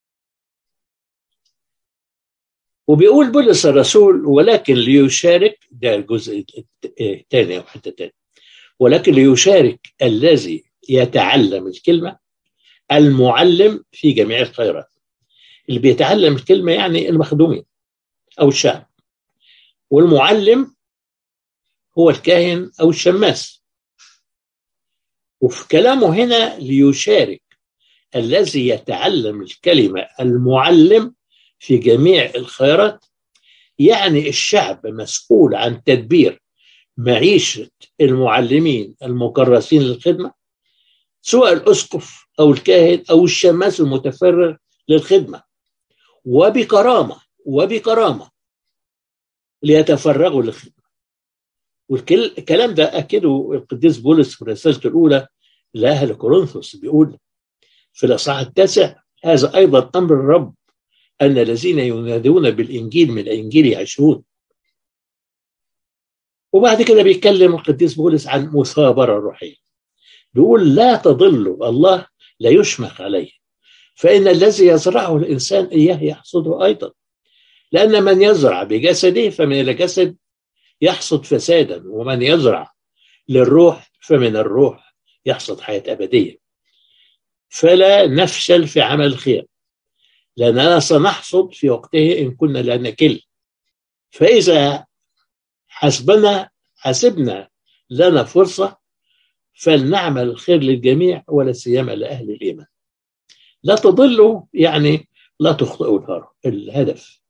وبيقول بولس الرسول ولكن ليشارك، ده الجزء الثاني أو حتى تاني، ولكن ليشارك الذي يتعلم الكلمة المعلم في جميع الخيرات. اللي بيتعلم الكلمة يعني المخدومين أو الشعب، والمعلم هو الكاهن أو الشماس. وفي كلامه هنا ليشارك الذي يتعلم الكلمة المعلم في جميع الخيرات، يعني الشعب مسؤول عن تدبير معيشة المعلمين المكرسين للخدمة، سواء الأسقف أو الكاهن أو الشماس المتفرغ للخدمة، وبكرامة ليتفرغوا للخدمة. والكلام ده أكده القديس بولس في رسالته الأولى لأهل كورنثوس، بيقول في الإصحاح 9: هذا أيضا أمر الرب أن الذين ينادون بالإنجيل من الإنجيل يعيشون. وبعد كده بيتكلم القديس بولس عن مثابرة الروحية، بيقول لا تضلوا، الله لا يشمخ عليه، فإن الذي يزرعه الإنسان إياه يحصده أيضا، لأن من يزرع بجسده فمن الجسد يحصد فسادا، ومن يزرع للروح فمن الروح يحصد حياة أبدية. فلا نفشل في عمل الخير، لأننا سنحصد في وقته إن كنا لا نكل. فإذا حسبنا لنا فرصة فلنعمل الخير للجميع ولا سيما لأهل الإيمان. لا تضلوا يعني لا تخطئوا الهدف،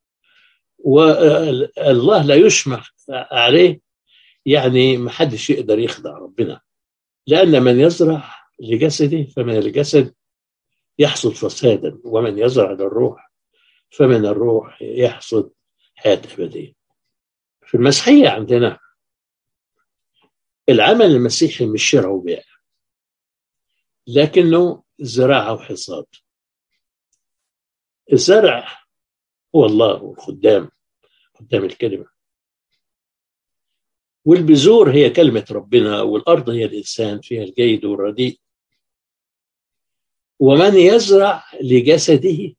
والله لا يشمخ عليه، يعني ما حدش يقدر يخدع ربنا، لأن من يزرع لجسده فمن الجسد يحصد فسادا، ومن يزرع للروح فمن الروح يحصد حياة أبدية. في المسيحية عندنا العمل المسيحي مش شراء وبيع، لكنه زراعة وحصاد. الزرع هو الله والخدام، خدام الكلمة، والبذور هي كلمة ربنا، والأرض هي الإنسان فيها الجيد والرديء. ومن يزرع لجسده،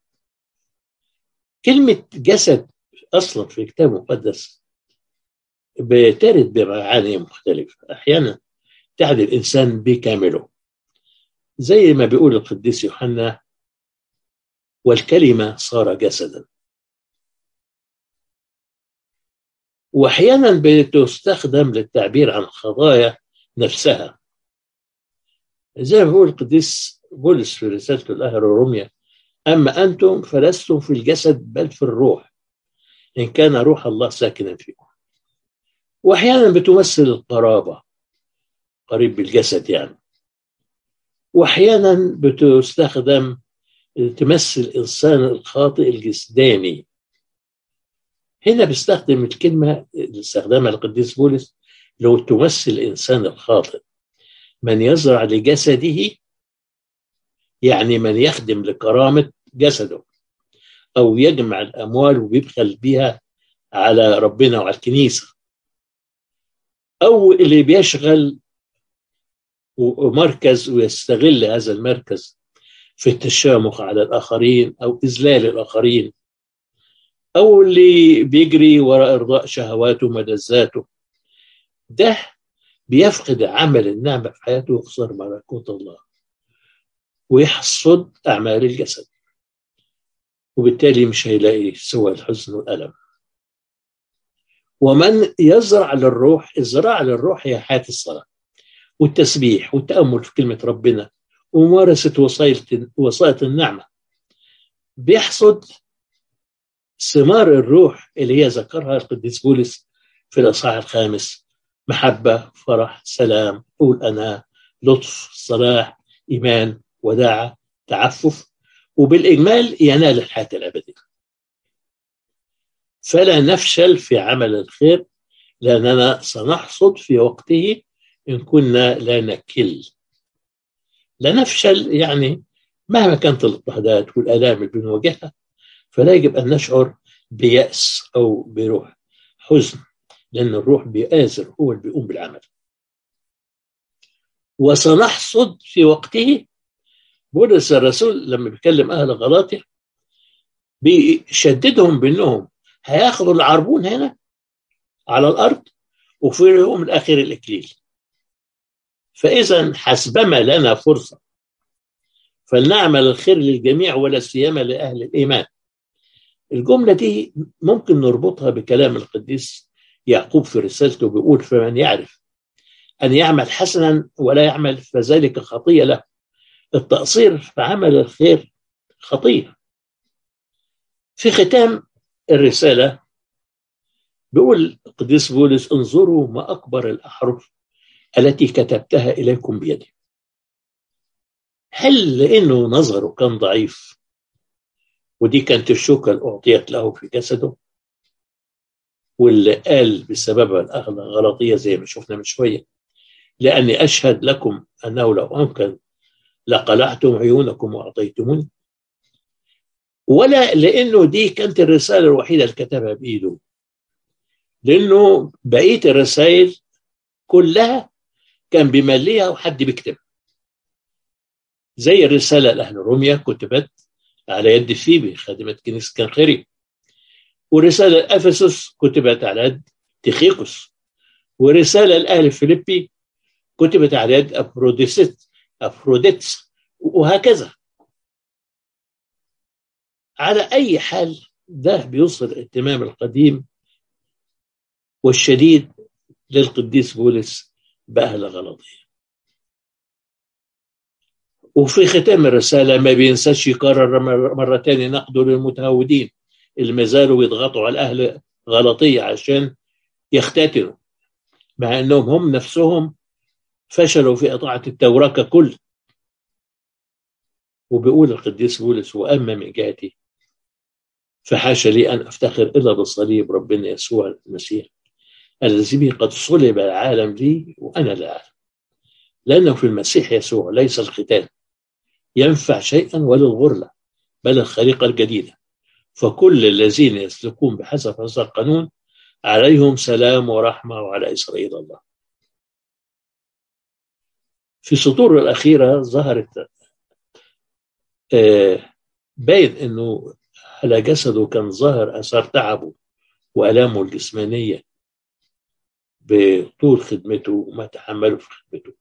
كلمة جسد أصلا في الكتاب المقدس بترد بمعاني مختلفة. أحيانا تعني الإنسان بكامله، زي ما بيقول القديس يوحنا: والكلمة صار جسدا. وأحيانا بتستخدم للتعبير عن القضايا نفسها، زي ما بيقول القديس بولس في رسالته لأهل روميا: أما أنتم فلستم في الجسد بل في الروح، إن كان روح الله ساكنا فيكم. وأحيانا بتمثل القرابة، قريب بالجسد يعني. وأحيانا بتستخدم تمثل الإنسان الخاطئ الجسداني. هنا بيستخدم الكلمة اللي استخدمها القديس بولس لو تمثل الإنسان الخاطئ. من يزرع لجسده يعني من يخدم لكرامة جسده، أو يجمع الأموال وبيبخل بيها على ربنا وعلى الكنيسة، أو اللي بيشغل مركز ويستغل هذا المركز في التشامخ على الآخرين أو إذلال الآخرين، أو اللي بيجري وراء إرضاء شهواته وملذاته. ده بيفقد عمل النعمة في حياته ويخسر ملكوت الله. ويحصد أعمال الجسد، وبالتالي مش هيلاقي سوى الحزن والألم. ومن يزرع للروح، الزراعة للروح هي حياة الصلاة والتسبيح والتأمل في كلمة ربنا وممارسة وصاية النعمة، بيحصد ثمار الروح اللي هي ذكرها القديس بولس في الإصحاح 5: محبة، فرح، سلام، طول أناة، لطف، صلاح، إيمان، وداعة، تعفف، وبالإجمال ينال الحياة الأبدية. فلا نفشل في عمل الخير لأننا سنحصد في وقته إن كنا لا نكل. لا نفشل يعني مهما كانت الاضطهادات والآلام اللي بنواجهها فلا يجب أن نشعر بيأس أو بروح حزن، لأن الروح بيآزر، هو اللي بيقوم بالعمل. وسنحصد في وقته. بولس الرسول لما بيكلم أهل غلاطيا بيشددهم بأنهم هياخدوا العربون هنا على الأرض وفي اليوم الآخر الإكليل. فإذا حسبما لنا فرصة فلنعمل الخير للجميع ولا سيما لأهل الإيمان. الجملة دي ممكن نربطها بكلام القديس يعقوب في رسالته، بيقول: فمن يعرف أن يعمل حسنا ولا يعمل فذلك خطية له. التقصير في عمل الخير خطية. في ختام الرسالة بيقول القديس بولس: انظروا ما أكبر الأحرف التي كتبتها إليكم بيدي. هل لأنه نظره كان ضعيف ودي كانت الشوكة اللي أعطيت له في جسده، واللي قال بسببها الأغلى غلطية زي ما شفنا من شوية: لأني أشهد لكم أنه لو أمكن لقلعتم عيونكم وأعطيتموني؟ ولا لأنه دي كانت الرسالة الوحيدة اللي كتبها بإيده، لأنه بقية الرسائل كلها كان بيمليها وحد بيكتب. زي الرسالة لأهل روميا كتبت على يد فيبي خادمة كنيسة كنخري، ورسالة أفسس كتبت على يد تيخيكوس، ورسالة لأهل فيليبي كتبت على يد أفروديتس، وهكذا. على أي حال ده بيوصل الاهتمام القديم والشديد للقديس بولس بأهل غلاطيا. وفي ختام الرسالة ما بينساش يكرر مرة تاني نقده للمتهودين اللي ما زالوا يضغطوا على أهل غلاطية عشان يختتنوا، مع أنهم هم نفسهم فشلوا في إطاعة التوراة ككل. وبيقول القديس بولس: وأما من جهتي فحاشا لي أن أفتخر إلا بصليب ربنا يسوع المسيح الذي به قد صلب العالم لي وأنا لا أعلم، لأنه في المسيح يسوع ليس الختان ينفع شيئا ولا الغرلة بل الخليقة الجديدة، فكل الذين يسلكون بحسب هذا القانون عليهم سلام ورحمة وعلى إسرائيل الله. في السطور الأخيرة ظهرت باين أنه على جسده كان ظاهر أثار تعبه وألامه الجسمانية بطول خدمته وما تحمله في خدمته،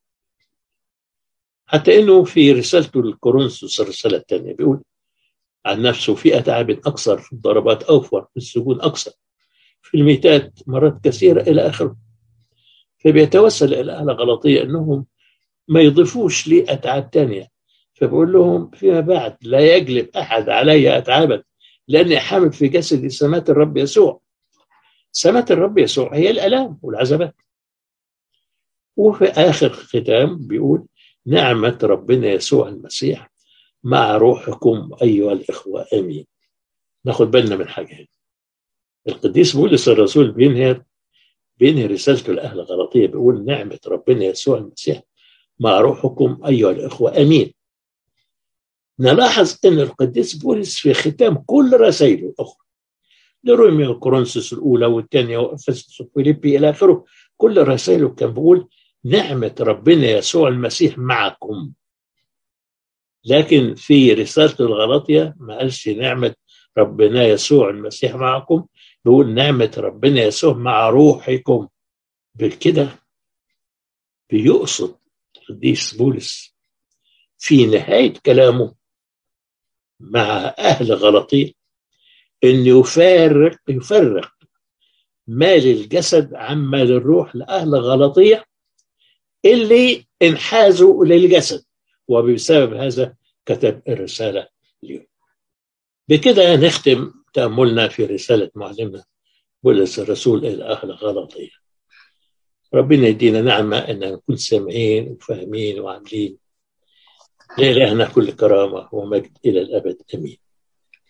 حتى أنه في رسالته للكورنثوس الرسالة الثانية بيقول عن نفسه: في أتعاب أكثر، في الضربات أوفر، في السجون أكثر، في الميتات مرات كثيرة إلى آخره. فبيتوسل إلى أهل غلاطية أنهم ما يضيفوش لي أتعاب تانية، فبقول لهم: فيما بعد لا يجلب أحد علي أتعابا لأني حامل في جسدي سمات الرب يسوع. سمات الرب يسوع هي الآلام والعذابات. وفي آخر ختام بيقول: نعمة ربنا يسوع المسيح مع روحكم أيها الإخوة آمين. ناخد بالنا من حاجة هنا. القديس بولس الرسول بينهي رسالته لأهل غلاطية بيقول: نعمة ربنا يسوع المسيح مع روحكم أيها الإخوة آمين. نلاحظ أن القديس بولس في ختام كل رسائله الأخرى لروميا وكورنثوس الأولى والثانية وأفسس وفيليبي إلى آخره، كل رسائله كان بيقول: نعمة ربنا يسوع المسيح معكم. لكن في رسالة الغلاطية ما قالش نعمة ربنا يسوع المسيح معكم، بيقول نعمة ربنا يسوع مع روحكم. بالكده بيقصد القديس بولس في نهاية كلامه مع أهل غلطية أن يفرق مال الجسد عن مال الروح لأهل غلطية اللي انحازوا للجسد، وبسبب هذا كتب الرسالة اليوم. بكده نختم تأملنا في رسالة معلمنا بولس الرسول إلى أهل غلطية. ربنا يدينا نعمة أن نكون سامعين وفاهمين وعاملين. لإلهنا كل كرامة ومجد إلى الأبد. آمين.